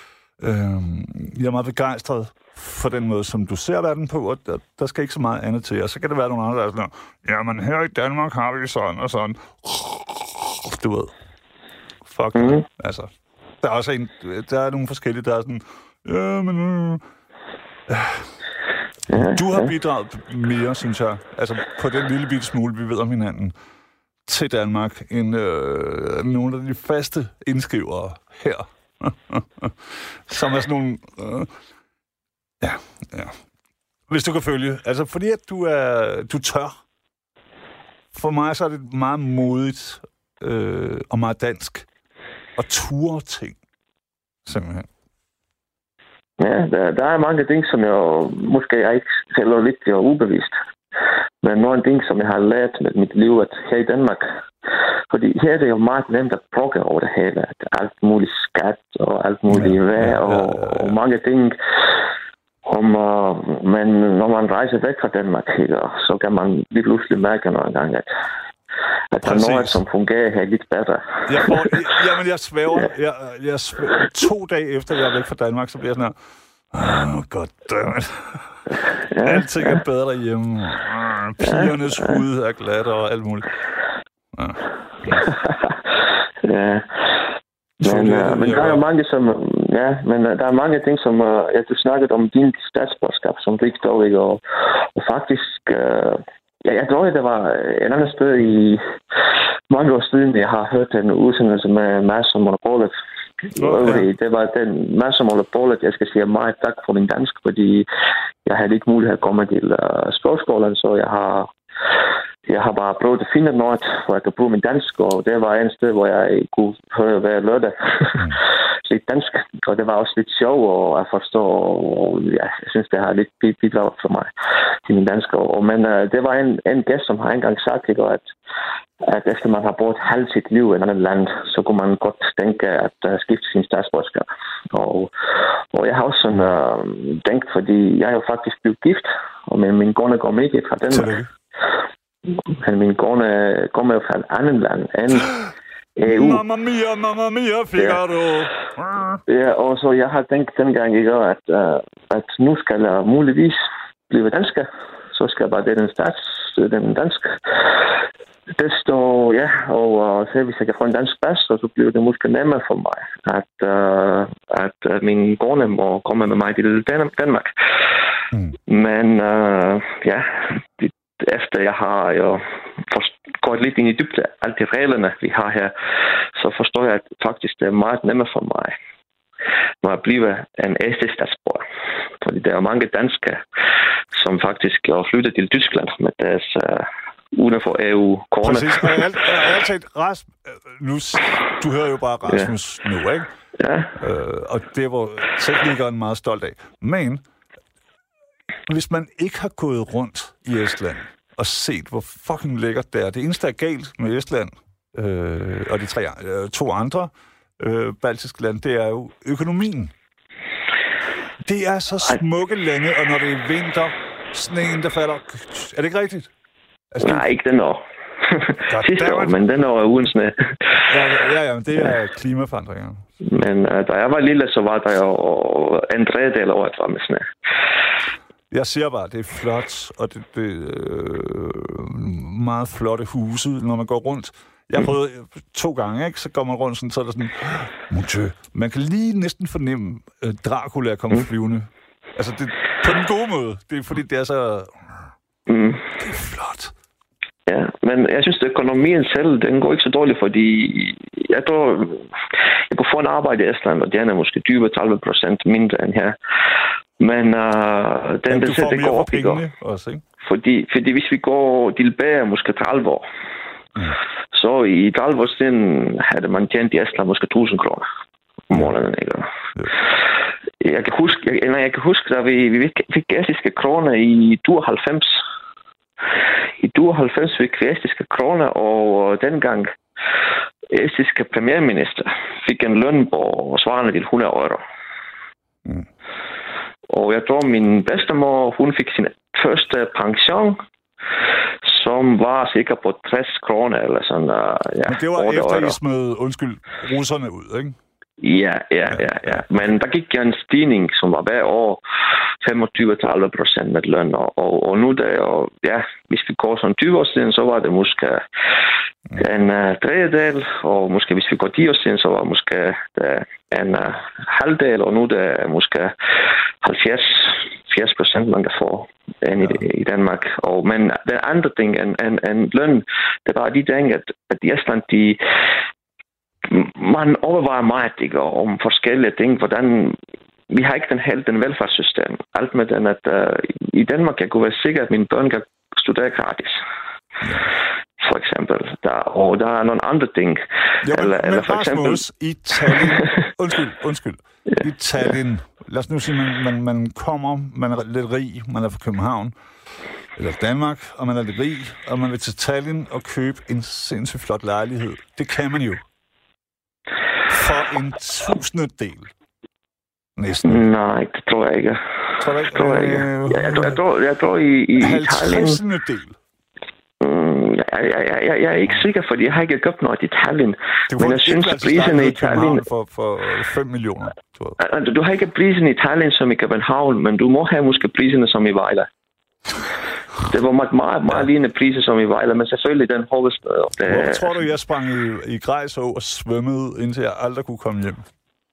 er meget begejstret for den måde, som du ser verden på, og der skal ikke så meget andet til. Og så kan det være nogle andre, der er sådan, jamen her i Danmark har vi sådan og sådan. Du ved. Fuck. Altså, der er også der er nogle forskellige, der er sådan, ja, men du har bidraget mere, synes jeg, altså på den lille bitte smule, vi ved om hinanden, til Danmark, end nogle af de faste indskrivere her. Som er sådan nogle... Ja. Hvis du kan følge. Altså, fordi at du tør. For mig så er det meget modigt og meget dansk at ture ting. Simpelthen. Ja, der er mange ting, som jeg måske ikke selv lidt ubevidst. Men nogle ting, som jeg har lært med mit liv, at her i Danmark, Fordi her er det jo meget nemt at brokke over det hele. At alt muligt skat og alt muligt vejr og mange ting. Men når man rejser væk fra Danmark, så kan man lige pludselig mærke noget gang, at der er noget, som fungerer her lidt bedre. Jamen, jeg svæver. Jeg 2 dage efter, jeg er væk fra Danmark, så bliver jeg sådan her, goddammit. Alting er bedre derhjemme. Pigernes hud er glat og alt muligt. Ja. Men der er mange men der er mange ting, som du snakkede om din statsborgerskab som rigsdag, og faktisk jeg tror, det var et andet sted i mange år siden, jeg har hørt en udsendelse med Mads og Monopolet. Det var den Mads og Monopolet, jeg skal sige meget tak for min dansk, fordi jeg havde ikke mulighed at komme til sprogskolen, så jeg har bare prøvet at finde noget, hvor jeg kan bruge min dansk, og det var et sted, hvor jeg kunne høre hver lørdag lidt dansk, og det var også lidt sjov at forstå, og jeg synes, det har lidt bidraget for mig til min dansk. Men det var en gæst, som har engang sagt, at efter man har boet halvt sit liv i et andet land, så kunne man godt tænke at skifte sin statsborgerskab. Og jeg har også sådan tænkt, fordi jeg er jo faktisk blevet gift, og min kone kommer ikke fra Danmark. Men min kone kommer jo fra et andet land end EU. Mamma mia, Figaro. Ja, og så jeg har tænkt dengang, at nu skal jeg muligvis blive dansker. Så skal jeg bare den dansk. Det står, og så hvis jeg kan få en dansk pas, så bliver det måske nemmere for mig, at min kone må komme med mig til Danmark. Men efter jeg har jo gået lidt ind i dybde alle de reglerne, vi har her, så forstår jeg, at faktisk det er meget nemmere for mig, når jeg bliver en statsborger. Fordi der er mange danskere, som faktisk har flyttet til Tyskland med deres uden for EU-kornet. Præcis, og jeg tænkt, du hører jo bare Rasmus nu, ikke? Ja. Og det var teknikeren meget stolt af. Men hvis man ikke har gået rundt i Estland og set, hvor fucking lækkert det er. Det eneste, der er galt med Estland og de 2 andre baltiske lande, det er jo økonomien. Det er så smukke lande, og når det er vinter, sneen, der falder. Er det ikke rigtigt? Altså, nej, ikke den år. Sidste år, men den år er uden sne. Ja, men det er klimaforandringer. Men da jeg var lille, så var der jo en tredjedel af året var med sne. Jeg siger bare, det er flot, og det meget flotte huse, når man går rundt. Jeg har prøvet 2 gange, ikke? Så går man rundt sådan, så er der sådan, mon Dieu. Man kan lige næsten fornemme, Dracula er kommet flyvende. Altså, det på den gode måde. Det er fordi, det er så... Det er flot. Ja, men jeg synes, at økonomien selv, den går ikke så dårligt, fordi jeg tror, jeg kunne få en arbejde i Estland, og den er måske 20-30% mindre end her. Men det går op, ikke? Også, ikke? Fordi hvis vi går tilbage måske 30 år, så i 30 år siden havde man tjent i Estland måske 1.000 kroner om måneden, ikke? Ja. Jeg kan huske, da vi fik estiske kroner i 92. I 92 fik vi estiske kroner, og dengang estiske premierminister fik en løn på svarende til 100 euro. Og jeg tror, min bedstemor, hun fik sin første pension, som var sikkert på 60 kroner eller sådan. Men det var efter, I smed, russerne ud, ikke? Ja. Men der gik en stigning, som var hver år 25-30% med løn. Og nu hvis vi går sådan 20 år siden, så var det måske en tredjedel, og måske hvis vi går 10 år siden, så var måske en halvdel, og nu det er måske 80% man kan få i Danmark. Men den andre ting end løn, det var de ting, at i Estland, man overvejer meget, ikke, om forskellige ting, hvordan vi har ikke den velfærdssystem. Alt med den, at i Danmark, jeg kunne være sikker, at mine børn kan studere gratis. For eksempel. Der er nogle andre ting. Jo, eller for eksempel... i Tallinn... Undskyld. Ja. I Tallinn... Lad os nu sige, man kommer, man er lidt rig, man er fra København. eller Danmark, og man er lidt rig, og man vil til Tallinn og købe en sindssygt flot lejlighed. Det kan man jo. For en 1000-del. Næsten. Nej, det tror jeg ikke. Tror du ikke? Jeg tror i Italien... 50-del. Jeg er ikke sikker, fordi jeg har ikke købt noget i Italien. Men jeg synes, priserne i Italien... For 5 millioner. Du har ikke prisen i Italien som i København, men du må have måske priserne som i Vejle. Det var meget lignende priser som i Vejle, men selvfølgelig den hovedstad. Hvor tror du, jeg sprang i Grejså og svømmede, indtil jeg aldrig kunne komme hjem?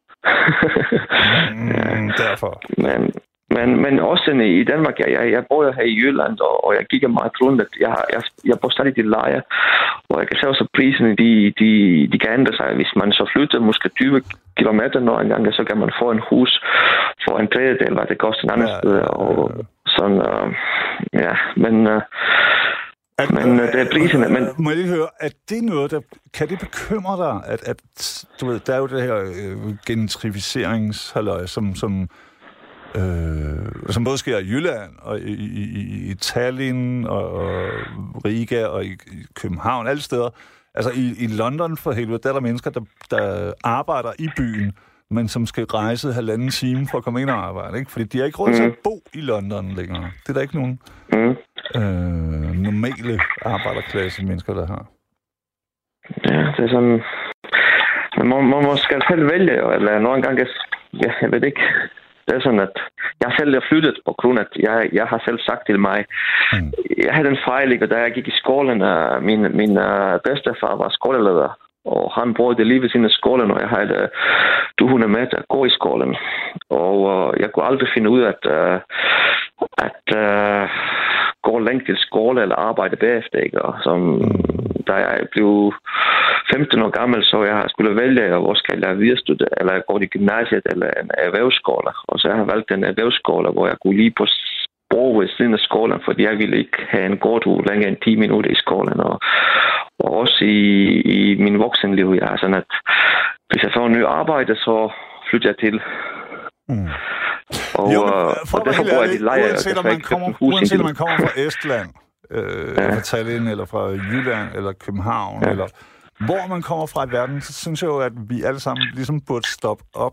Derfor. Men også i Danmark, jeg bor jo her i Jylland, og jeg kigger meget rundt, at jeg bor stadig i leje, og jeg kan se også, at priserne, de kan ændre sig. Hvis man så flytter måske 20 kilometer når en gang, så kan man få en hus for en tredjedel, hvad det koster en anden sted, og sådan, men det er priserne. Men må jeg lige høre, er det noget, kan det bekymre dig, at du ved, der er jo det her gentrificeringshalløj, som både sker i Jylland og i Tallinn og Riga og i København, alle steder. Altså i London for helvede, der er der mennesker, der arbejder i byen, men som skal rejse 1,5 time for at komme ind og arbejde, ikke? Fordi de har ikke råd til at bo i London længere. Det er der ikke nogen normale arbejderklasse mennesker, der har. Ja, det er sådan... Man skal selv vælge, eller nogle gange... Ja, jeg ved ikke... Det er sådan, at jeg selv er flyttet på grund af, at jeg har selv sagt til mig, jeg havde en fejl, og da jeg gik i skolen, min bedstefar var skoleleder, og han brugte lige ved siden af skolen, og jeg havde 200 meter at gå i skolen. Og jeg kunne aldrig finde ud af at gå længe til skole eller arbejde bagefter, ikke? Og da jeg blev 15 år gammel, så jeg skulle vælge, hvor skal jeg videre eller gå i gymnasiet eller en erhvervsskole. Og så jeg har valgt en erhvervsskole, hvor jeg kunne lige på sprog ved siden af skolen, fordi jeg ville ikke have en gårdtur længere end 10 minutter i skolen. Og også i min voksenliv, jeg er sådan, at hvis jeg får en ny arbejde, så flytter jeg til. Og derfor bor jeg i lejre. Uanset om man kommer fra Estland, fra Tallinn, eller fra Jylland, eller København, eller hvor man kommer fra i verden, så synes jeg jo, at vi alle sammen ligesom burde stoppe op,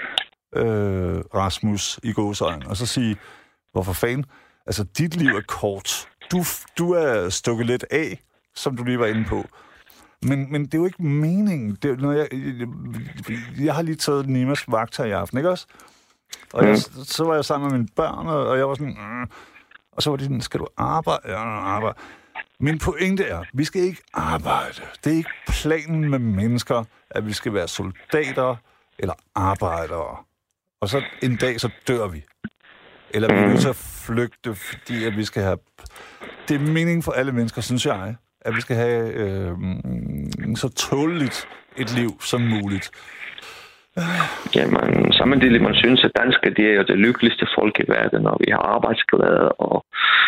Rasmus, i gåseøjne, og så sige, hvorfor fanden? Altså, dit liv er kort. Du er stukket lidt af, som du lige var inde på. Men det er jo ikke meningen. Det er, når jeg har lige taget Nimas vagt her i aften, ikke også? Og så var jeg sammen med mine børn, og jeg var sådan... Og så var de sådan, skal du arbejde? Ja, arbejde. Min pointe er, vi skal ikke arbejde. Det er ikke planen med mennesker, at vi skal være soldater eller arbejdere. Og så en dag, så dør vi. Eller vi er nødt til at flygte, fordi at vi skal have... Det er meningen for alle mennesker, synes jeg, at vi skal have så tåleligt et liv som muligt. Jamen, samtidig man synes, at danskere, de er jo det lykkeligste folk i verden, og vi har arbejdsglæde, og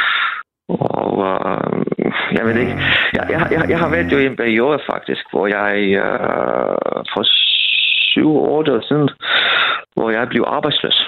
jeg ved ikke. Jeg har været jo i en periode faktisk, hvor jeg for 7-8 år siden, hvor jeg blev arbejdsløs.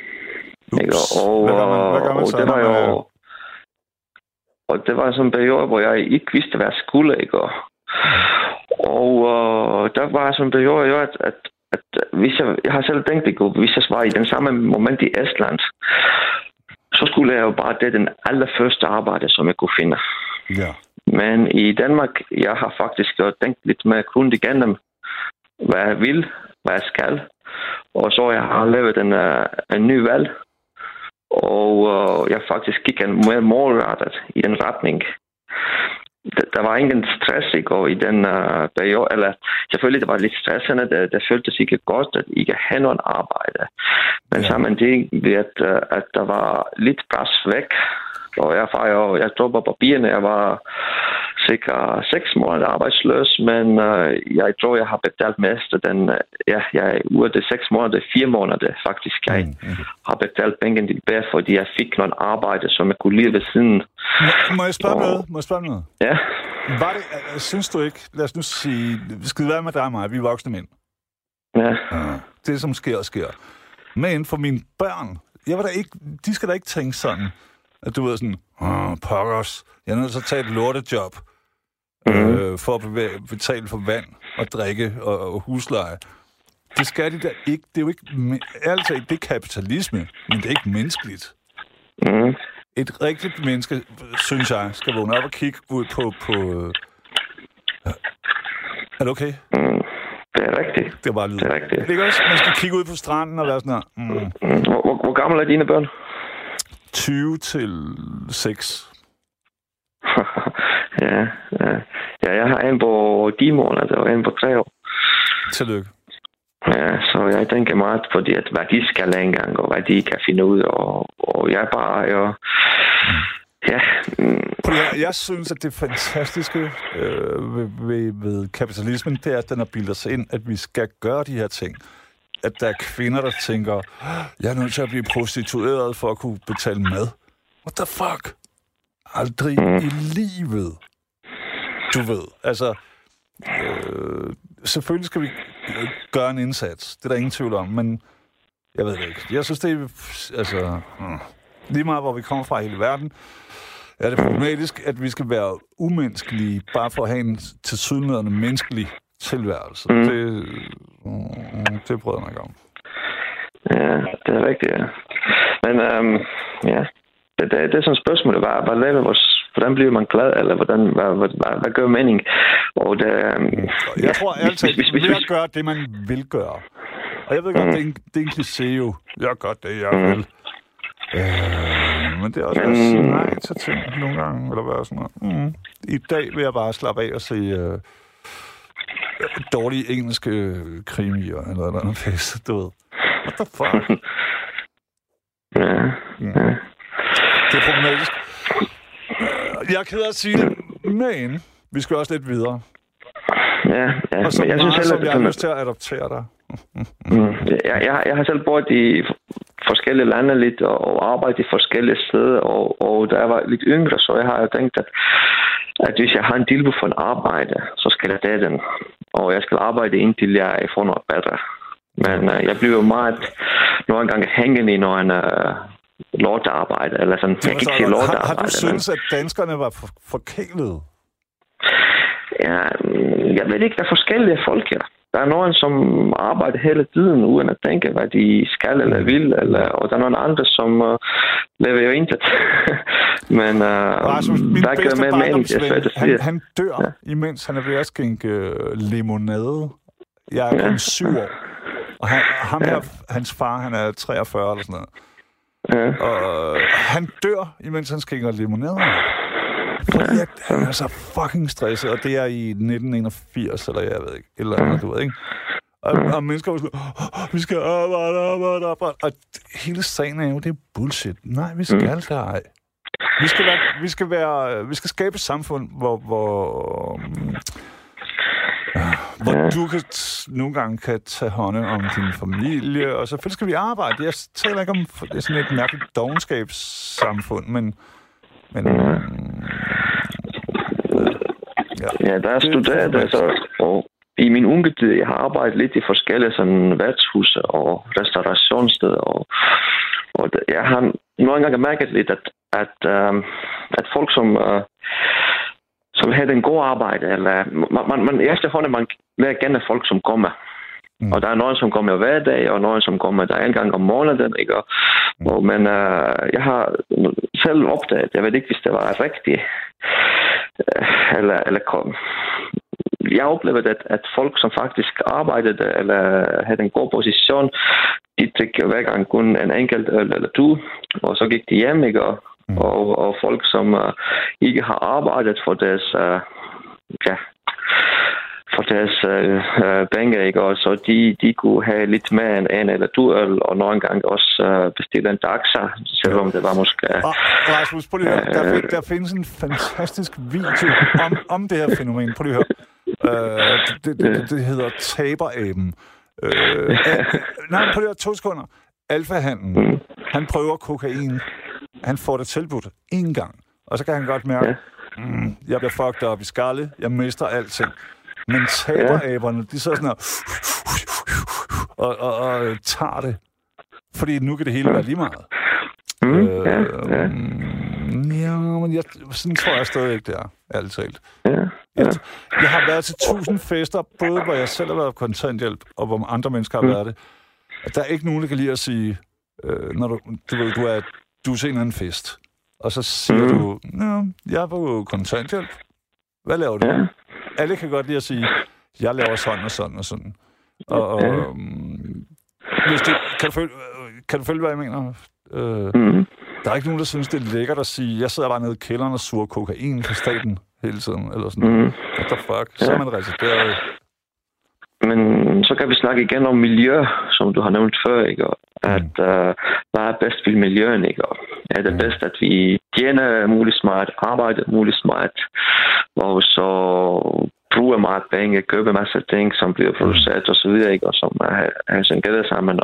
Det var jo... Og det var sådan en periode, hvor jeg ikke vidste, hvad jeg skulle, ikke? Og der var sådan en periode, at hvis jeg har selv tænkt, ikke? Hvis jeg var i den samme moment i Estland, så skulle jeg jo bare det den allerførste arbejde, som jeg kunne finde. Ja. Men i Danmark, jeg har faktisk tænkt lidt mere grundigt igennem, hvad jeg vil, hvad jeg skal. Og så jeg har lavet en ny valg. Og jeg faktisk gik mere målrettet i den retning. Der var ingen stress, ikke? I den periode, eller selvfølgelig det var lidt stressende, det føltes ikke godt, at ikke have noget arbejde. Men samtidig ved, at der var lidt pres væk, og jeg tog på papirerne, jeg var cirka 6 måneder arbejdsløs, men jeg tror, jeg har betalt mest af den, jeg ud af de 6 måneder, 4 måneder faktisk, jeg har betalt pengene tilbage, fordi jeg fik noget arbejde, som jeg kunne leve ved siden. Må jeg spørge noget? Ja. Var det, synes du ikke, lad os nu sige, skide være med dig og mig, vi er voksne mænd. Ja. Det som sker. Men for mine børn, de skal da ikke tænke sådan, at du ved sådan, pokkers, jeg er nødt til at tage et lortejob for at betale for vand og drikke og husleje. Det skal de da ikke. Det er jo ikke... Ærligt talt, det er kapitalisme, men det er ikke menneskeligt. Et rigtigt menneske, synes jeg, skal vågne op og kigge ud på er det okay? Det er rigtigt. Det er bare lyd. Det er rigtigt. Det er også, man skal kigge ud på stranden og være sådan her. Hvor gammel er dine børn? 20 til 6. Ja, jeg har en på 10 måneder og en på 3 år. Tillykke. Ja, så jeg tænker meget på det, at hvad de skal engang, og hvad de kan finde ud, og jeg bare... Ja. Jeg synes, at det fantastiske ved kapitalismen, det er, at den har bildet sig ind, at vi skal gøre de her ting. At der er kvinder, der tænker, jeg er nødt til at blive prostitueret for at kunne betale mad. What the fuck? Aldrig i livet. Du ved, altså... selvfølgelig skal vi gøre en indsats. Det er der ingen tvivl om, men jeg ved det ikke. Jeg synes, det er... Altså... Lige meget, hvor vi kommer fra i hele verden, er det problematisk, at vi skal være umenneskelige, bare for at have en tilsyneladende menneskelig tilværelse. Det prøver jeg mig om. Ja, det er rigtigt, ja. Men ja, det er sådan et spørgsmål. Hvordan bliver man glad, eller hvad gør mening? Og det, jeg tror altid, at gøre det, man vil gøre. Og jeg ved godt, det er en kliché jo. Jeg gør det, jeg vil. Men det er også at sige nej til ting nogle gange, eller være sådan noget. I dag vil jeg bare slappe af og se dårlige engelske krimier, eller noget andet pisse, du ved. What the fuck? Det er problematisk. Jeg er ked af at sige det, men vi skal også lidt videre. Ja. Og så jeg synes selv, jeg har lyst til at adoptere dig. Jeg har selv boet i forskellige lande lidt, og arbejdet i forskellige steder, og da jeg var lidt yngre, så jeg har jo tænkt, at hvis jeg har en tilbud for en arbejde, så skal jeg tage den. Og jeg skal arbejde indtil jeg får noget bedre. Men jeg bliver jo meget nogle gange hængende i nogle lortearbejde, eller sådan. Jeg kan ikke sige lortearbejde. Har du synes, at danskerne var forkælede? Ja, jeg ved ikke, der er forskellige folk her. Der er nogen, som arbejder hele tiden, uden at tænke, hvad de skal eller vil, og der er nogle andre, som lever jo intet. Men der gør med mening, han dør, imens han er ved at skænke limonade. Jeg er kun 7 år. Og hans far, han er 43 eller sådan noget. Ja. Og han dør, imens han skænker limonade. Fordi han er så fucking stresset, og det er i 1981, eller jeg ved ikke, eller andet, du ved, ikke? Og mennesker var sådan, vi skal arbejde. Og hele sagen er jo, det er bullshit. Nej, vi skal ej. Vi skal skabe et samfund, hvor du nogle gange kan tage hånd om din familie, og selvfølgelig skal vi arbejde. Jeg taler ikke om sådan et mærkeligt dovenskabssamfund, men ja, der er studeret, altså, og i min unge tid, jeg har arbejdet lidt i forskellige sådan værtshuse og restaurationssteder, og jeg har nogle gange mærket lidt, at folk, som har en god arbejde, eller man efterhånden man lærer kende folk, som kommer. Og der er nogen, som kommer hver dag, og nogen, som kommer der en gang om måneden, ikke? Men jeg har selv opdaget, jeg ved ikke, hvis det var rigtigt, eller kom. Jeg oplevede, at folk, som faktisk arbejdede, eller havde en god position, de tog hver gang kun en enkelt øl eller 2, og så gik de hjem, ikke? Og folk, som ikke har arbejdet for deres, for deres penge, ikke? Og så de kunne have lidt mere end 1 eller 2 øl, og nogle gange også bestille en taxa, selvom det var måske... Rasmus, prøv lige at høre. Der findes en fantastisk video om det her fænomen. Prøv lige at høre. Det hedder Taberaben. Nej, prøv lige at 2 sekunder. Alfahanden, han prøver kokain. Han får det tilbudt 1 gang. Og så kan han godt mærke, jeg bliver fucked op i skalle, jeg mister alting. Men taberaberne, de så sådan her, og tager det. Fordi nu kan det hele være lige meget. Ja, men sådan tror jeg stadig ikke, det er, ærligt talt. Ja. Jeg har været til 1000 fester, både hvor jeg selv har været på kontanthjælp, og hvor andre mennesker har været det. Der er ikke nogen, der kan lide at sige, når du er til en anden fest, og så siger du, jeg er på kontanthjælp. Hvad laver du? Ja. Alle kan godt lide at sige, jeg laver sådan og sådan og sådan. Og hvis du, kan du følge, hvad jeg mener? Der er ikke nogen, der synes, det er lækkert at sige, jeg sidder bare nede i kælderen og suger kokain på staten hele tiden, eller sådan noget. What the fuck? Så er man resideret. Men så kan vi snakke igen om miljø, som du har nævnt før, ikke? At hvad er bedst for miljøen, ikke? Er det bedst, at vi tjener muligt smart, arbejder muligt smart, og så bruger meget penge, køber masser af ting, som bliver produceret og så videre, ikke? Og som er sådan gælder sammen,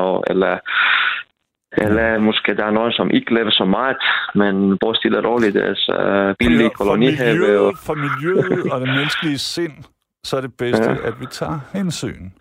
eller måske der er nogen, som ikke lever så meget, men bare stiller dårligt deres billige kolonihave. For miljøet og det menneskelige sind, så er det bedste, at vi tager hensyn.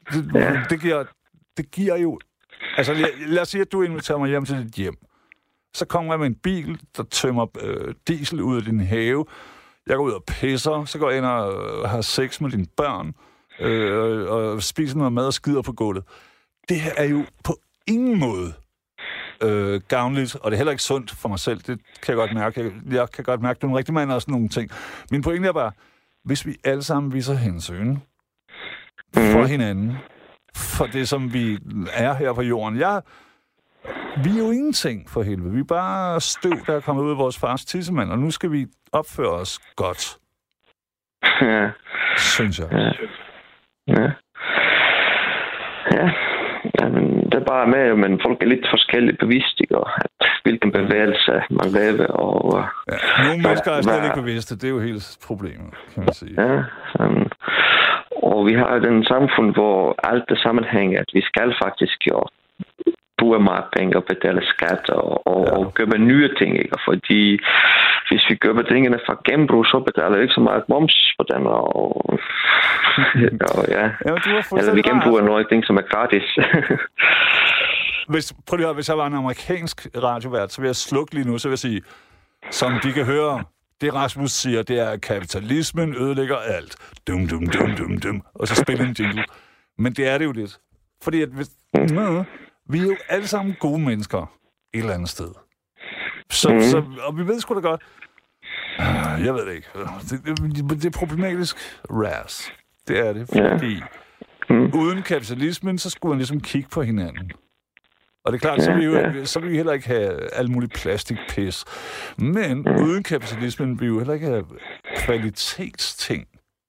Det giver jo... Altså, lad os sige, at du inviterer mig hjem til dit hjem. Så kommer jeg med en bil, der tømmer diesel ud af din have. Jeg går ud og pisser, så går jeg ind og har sex med dine børn, og spiser noget mad og skider på gulvet. Det her er jo på ingen måde gavnligt, og det er heller ikke sundt for mig selv. Det kan jeg godt mærke. Jeg kan godt mærke, at du er en rigtig mand og sådan nogle ting. Min pointe er bare, hvis vi alle sammen viser hensyn for hinanden, for det, som vi er her på jorden. Vi er jo ingenting for helvede. Vi er bare støv, der er kommet ud af vores fars tissemand, og nu skal vi opføre os godt. Ja. Synes jeg. Ja. Jamen, det er bare med, men folk er lidt forskelligt bevidst, ikke? At hvilken bevægelse man laver. Og, nogle mennesker er slet ikke bevidste. Det er jo helt problemet, kan man sige. Ja, og vi har den samfund, hvor alt det sammenhænger, at vi skal faktisk jo bruge meget penge og betale skat og købe nye ting, ikke? Fordi hvis vi køber tingene fra genbrug, så betaler vi ikke så meget moms på den, eller vi genbruger nogle ting, som er gratis. Prøv lige at høre, hvis jeg var en amerikansk radiovært, så vil jeg slukke lige nu, så vil jeg sige, som de kan høre, det Rasmus siger, det er, at kapitalismen ødelægger alt. Dum, dum, dum, dum, dum. Og så spiller en jingle. Men det er det jo lidt. Fordi at vi er jo alle sammen gode mennesker et eller andet sted. Så, og vi ved sgu da godt, jeg ved det ikke. Det er problematisk ras. Det er det, fordi uden kapitalismen, så skulle man ligesom kigge på hinanden. Og det er klart, så vil vi heller ikke have alt muligt plastikpis. Men uden kapitalismen vil vi jo heller ikke have kvalitetsting.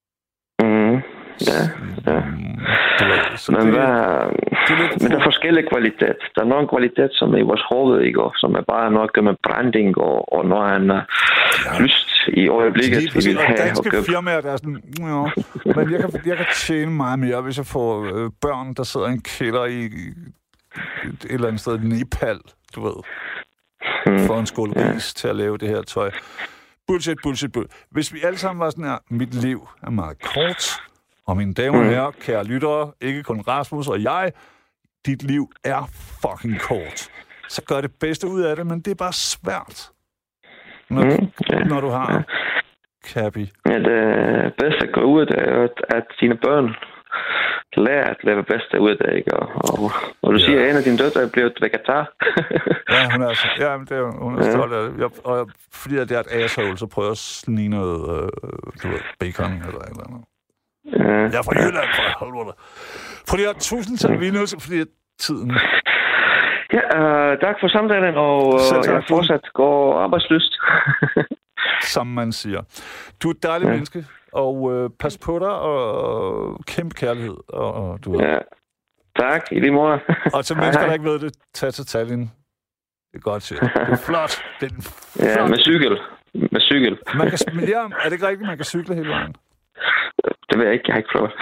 Men der er forskellige kvalitet. Der er nogle kvalitet, som er i vores hoved, ikke? Som er bare noget med branding og noget andet lyst i øjeblikket. Det er danske firmaer, der er sådan, men jeg kan tjene meget mere, hvis jeg får børn, der sidder i en kælder i et eller andet sted i Nepal, du ved. For en skål ris til at lave det her tøj. Bullshit. Hvis vi alle sammen var sådan her, mit liv er meget kort, og mine damer og herrer, kære lyttere, ikke kun Rasmus og jeg, dit liv er fucking kort. Så gør det bedste ud af det, men det er bare svært. Når du har Kabi. Ja, det bedste at gå ud af, er, at dine børn lærer at lave bedste ud af, ikke? Og du siger, at en af dine døtre er blevet vegetar. Ja, hun er hun er stolt af det. Og fordi det er et asshole, så prøver jeg at snige noget bacon eller et eller andet. Jeg er fra Jylland, for helvede. Fordi jeg er tusind tak, vi er nødt til, fordi tiden. Ja, tak for samtalen, og jeg fortsat går arbejdsløst. Som man siger. Du er et dejligt menneske, og pas på dig, og kæmpe kærlighed. Og du ved. Ja, tak, i lige måde. Og til mennesker, der ikke ved det, tag til Tallinn. Det er godt shit. Det er flot. Ja, med cykel. Man kan, er det ikke rigtigt, man kan cykle hele vejen? Det ved jeg ikke. Jeg har ikke prøvet.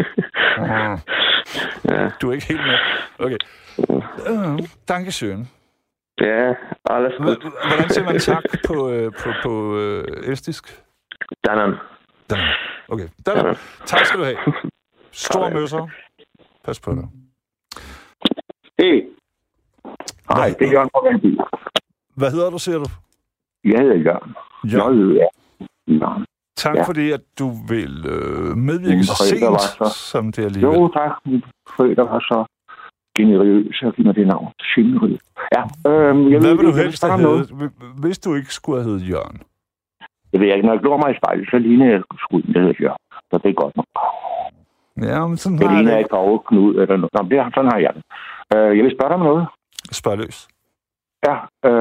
Du er ikke helt med. Okay. Dankeschön. Ja, alles gut. Hvordan siger man tak på estisk? Danan. Okay. Danan. Tak skal du have. Store møsser. Pas på dig. Hey. Hej, det er Jørgen fra Valby. Hvad hedder du, siger du? Jeg hedder Jørgen. Jørgen. Tak fordi, at du vil medvirke så sent, som det alligevel. Jo, tak. Mine forældre var så generøse at give mig det navn. Generøse. Ja, hvad vil du helst have heddet, hvis du ikke skulle have heddet Jørgen? Jeg ved ikke, når jeg glor mig i spejlet, så ligner jeg sgu det hedder Jørgen. Så det er godt nok. Ja, men sådan det har jeg ligner ikke overknud eller noget. Nå, sådan har jeg det. Jeg vil spørge dig om noget. Spørg løs. Ja,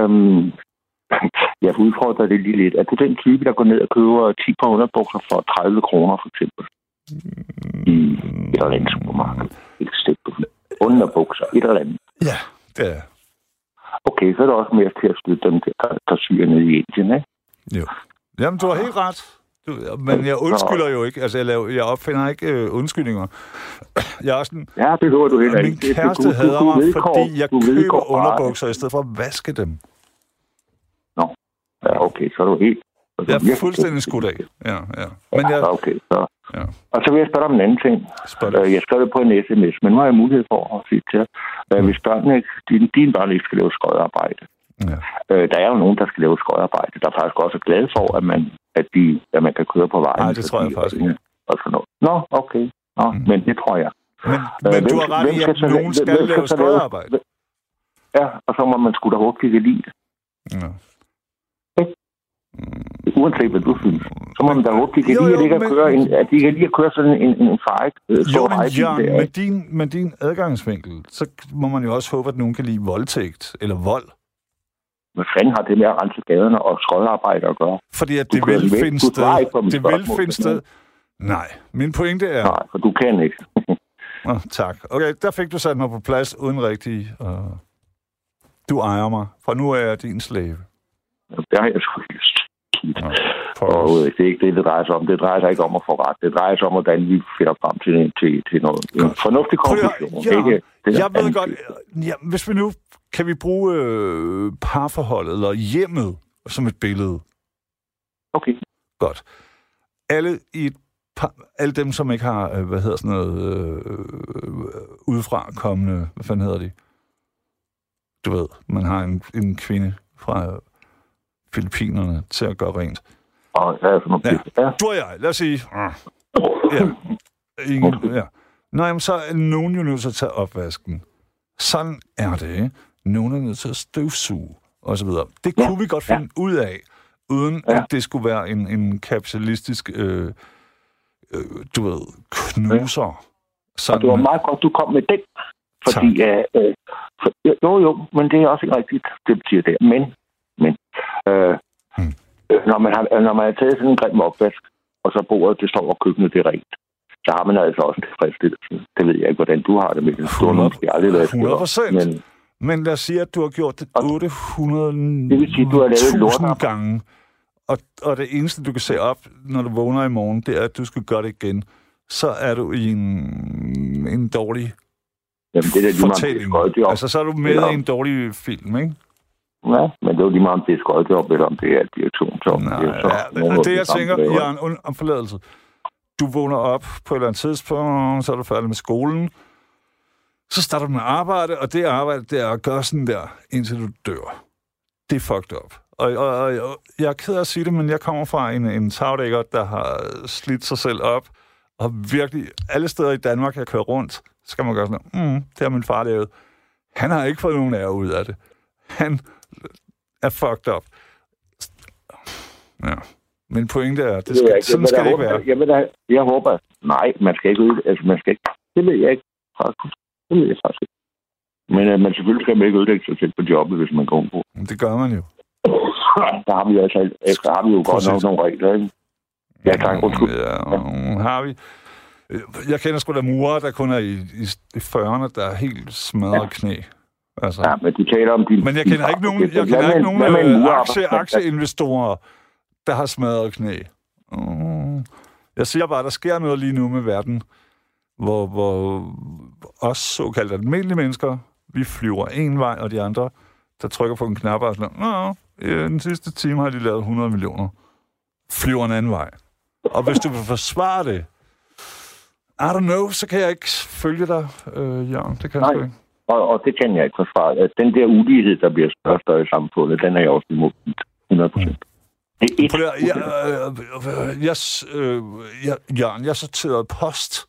jeg vil udfordre det lige lidt. Er du den type, der går ned og køber 10 par underbukser for 30 kroner, for eksempel? I et eller andet supermarked. Et sted underbukser, et eller andet. Ja, det er. Okay, så er der også mere til at støtte dem, der syr nede i Indien, ikke? Jo. Jamen, du har helt ret. Men jeg undskylder jo ikke. Altså, jeg opfinder ikke undskyldninger. Jeg er også sådan... Ja, det hører du helt Min kæreste hader mig, fordi jeg køber underbukser i stedet for at vaske dem. Nå, ja, okay, så er du helt... Jeg er fuldstændig skudt af. Ja. Men jeg... Okay, så... Ja. Og så vil jeg spørge dig om en anden ting. Jeg skrev det på en sms, men nu har jeg mulighed for at sige til dig. Hvis børnene, dine børn ikke skal lave skodarbejde. Ja. Der er jo nogen, der skal lave skodarbejde, der faktisk også er glade for, at man kan køre på vejen. Nej, det tror jeg faktisk ikke. Og sådan noget. Nå, okay. Nå, men det tror jeg. Men du har ret i, at nogen skal lave skodarbejde. Ja, og så må man sgu da håbe, de kan lide det. Ja. Uanset hvad du synes. Så må man da håbe, de kan lide at køre sådan en fejl. Med din adgangsvinkel, så må man jo også håbe, at nogen kan lide voldtægt eller vold. Hvad fanden har det med at rense gaderne og skodarbejde at gøre? Fordi at det vil finde sted. Det vil finde sted. Nej, min pointe er... Nej, for du kan ikke. Tak. Okay, der fik du sat mig på plads uden rigtig... Du ejer mig. Fra nu er jeg din slave. Det har jeg sgu lyst. Og det er ikke det drejer sig om. Det drejer sig ikke om at få ret. Det drejer sig om, hvordan vi finder frem til noget. En fornuftig konklusion. Jeg ved godt... Ja, hvis vi nu... Kan vi bruge parforholdet eller hjemmet som et billede? Okay. Godt. Alle dem, som ikke har, udefra kommende... Hvad fanden hedder de? Du ved, man har en kvinde fra Filippinerne til at gøre rent. Du og jeg, lad os sige... Ja. Nå, jamen, så er nogen jo nødt til at tage opvasken. Sådan er det, ikke? Nogen er nødt til at støvsuge, og så videre. Det kunne vi godt finde ud af, uden at det skulle være en kapitalistisk, du ved, knuser. Sådan. Og det var meget godt, du kom med den. Fordi, men det er også ikke rigtigt, det betyder det. Men når man har taget sådan en grim opvask, og så bordet, det står og køkkenet, det er rent, så har man altså også en tilfredsstillelse. Det ved jeg ikke, hvordan du har det med. 100%. Men lad os sige, at du har gjort det 800.000 gange. Og det eneste, du kan se op, når du vågner i morgen, det er, at du skal gøre det igen. Så er du i en dårlig fortælling. Altså, så er du med i en dårlig film, ikke? Ja, men det er jo lige meget, om det er skodjob, eller om det er direktionsjob. Det jeg tænker, Jørgen, om forladelse. Du vågner op på et eller andet tidspunkt, så er du færdig med skolen. Så starter du med arbejde, og det arbejde, det er at gøre sådan der, indtil du dør. Det er fucked up. Og jeg er ked af at sige det, men jeg kommer fra en tagdækker, der har slidt sig selv op, og virkelig alle steder i Danmark, jeg kører rundt, så skal man gøre sådan noget, det har min far lavet. Han har ikke fået nogen ære ud af det. Han er fucked up. Ja. Min pointe er, sådan skal det ikke være. Jeg håber, nej, man skal ikke det ved jeg ikke. Det ved jeg faktisk ikke. Men man selvfølgelig skal man ikke ødelægge sig selv på jobbet, hvis man går på. Det gør man jo. Der har vi jo godt nok nogle regler, ikke? Ja, tak. Har vi. Jeg kender sgu da murer, der kun er i 40'erne, der er helt smadret knæ. Altså. Ja, men de taler om men jeg kender ikke nogen aktieinvestorer, der har smadret knæ. Jeg siger bare, der sker noget lige nu med verden, hvor os såkaldte almindelige mennesker, vi flyver en vej, og de andre, der trykker på en knap og sådan, den sidste time har de lavet 100 millioner. Flyver en anden vej. Og hvis du vil forsvare det, I don't know, så kan jeg ikke følge dig, Jørgen. Det kan jeg ikke. Og det kan jeg ikke forsvare. Den der ulighed, der bliver større i samfundet, den er jeg også imod. 100%. Jørgen, jeg sorterede post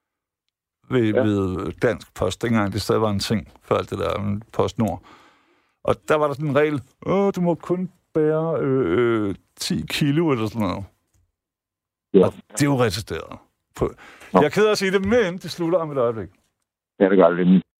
ved Dansk Post, dengang det stadig var en ting, før alt det der PostNord. Og der var der sådan en regel, du må kun bære 10 kilo eller sådan noget. Ja. Og det er jo registreret. Jeg er ked af at sige det, men det slutter om et øjeblik. Ja, det gør det.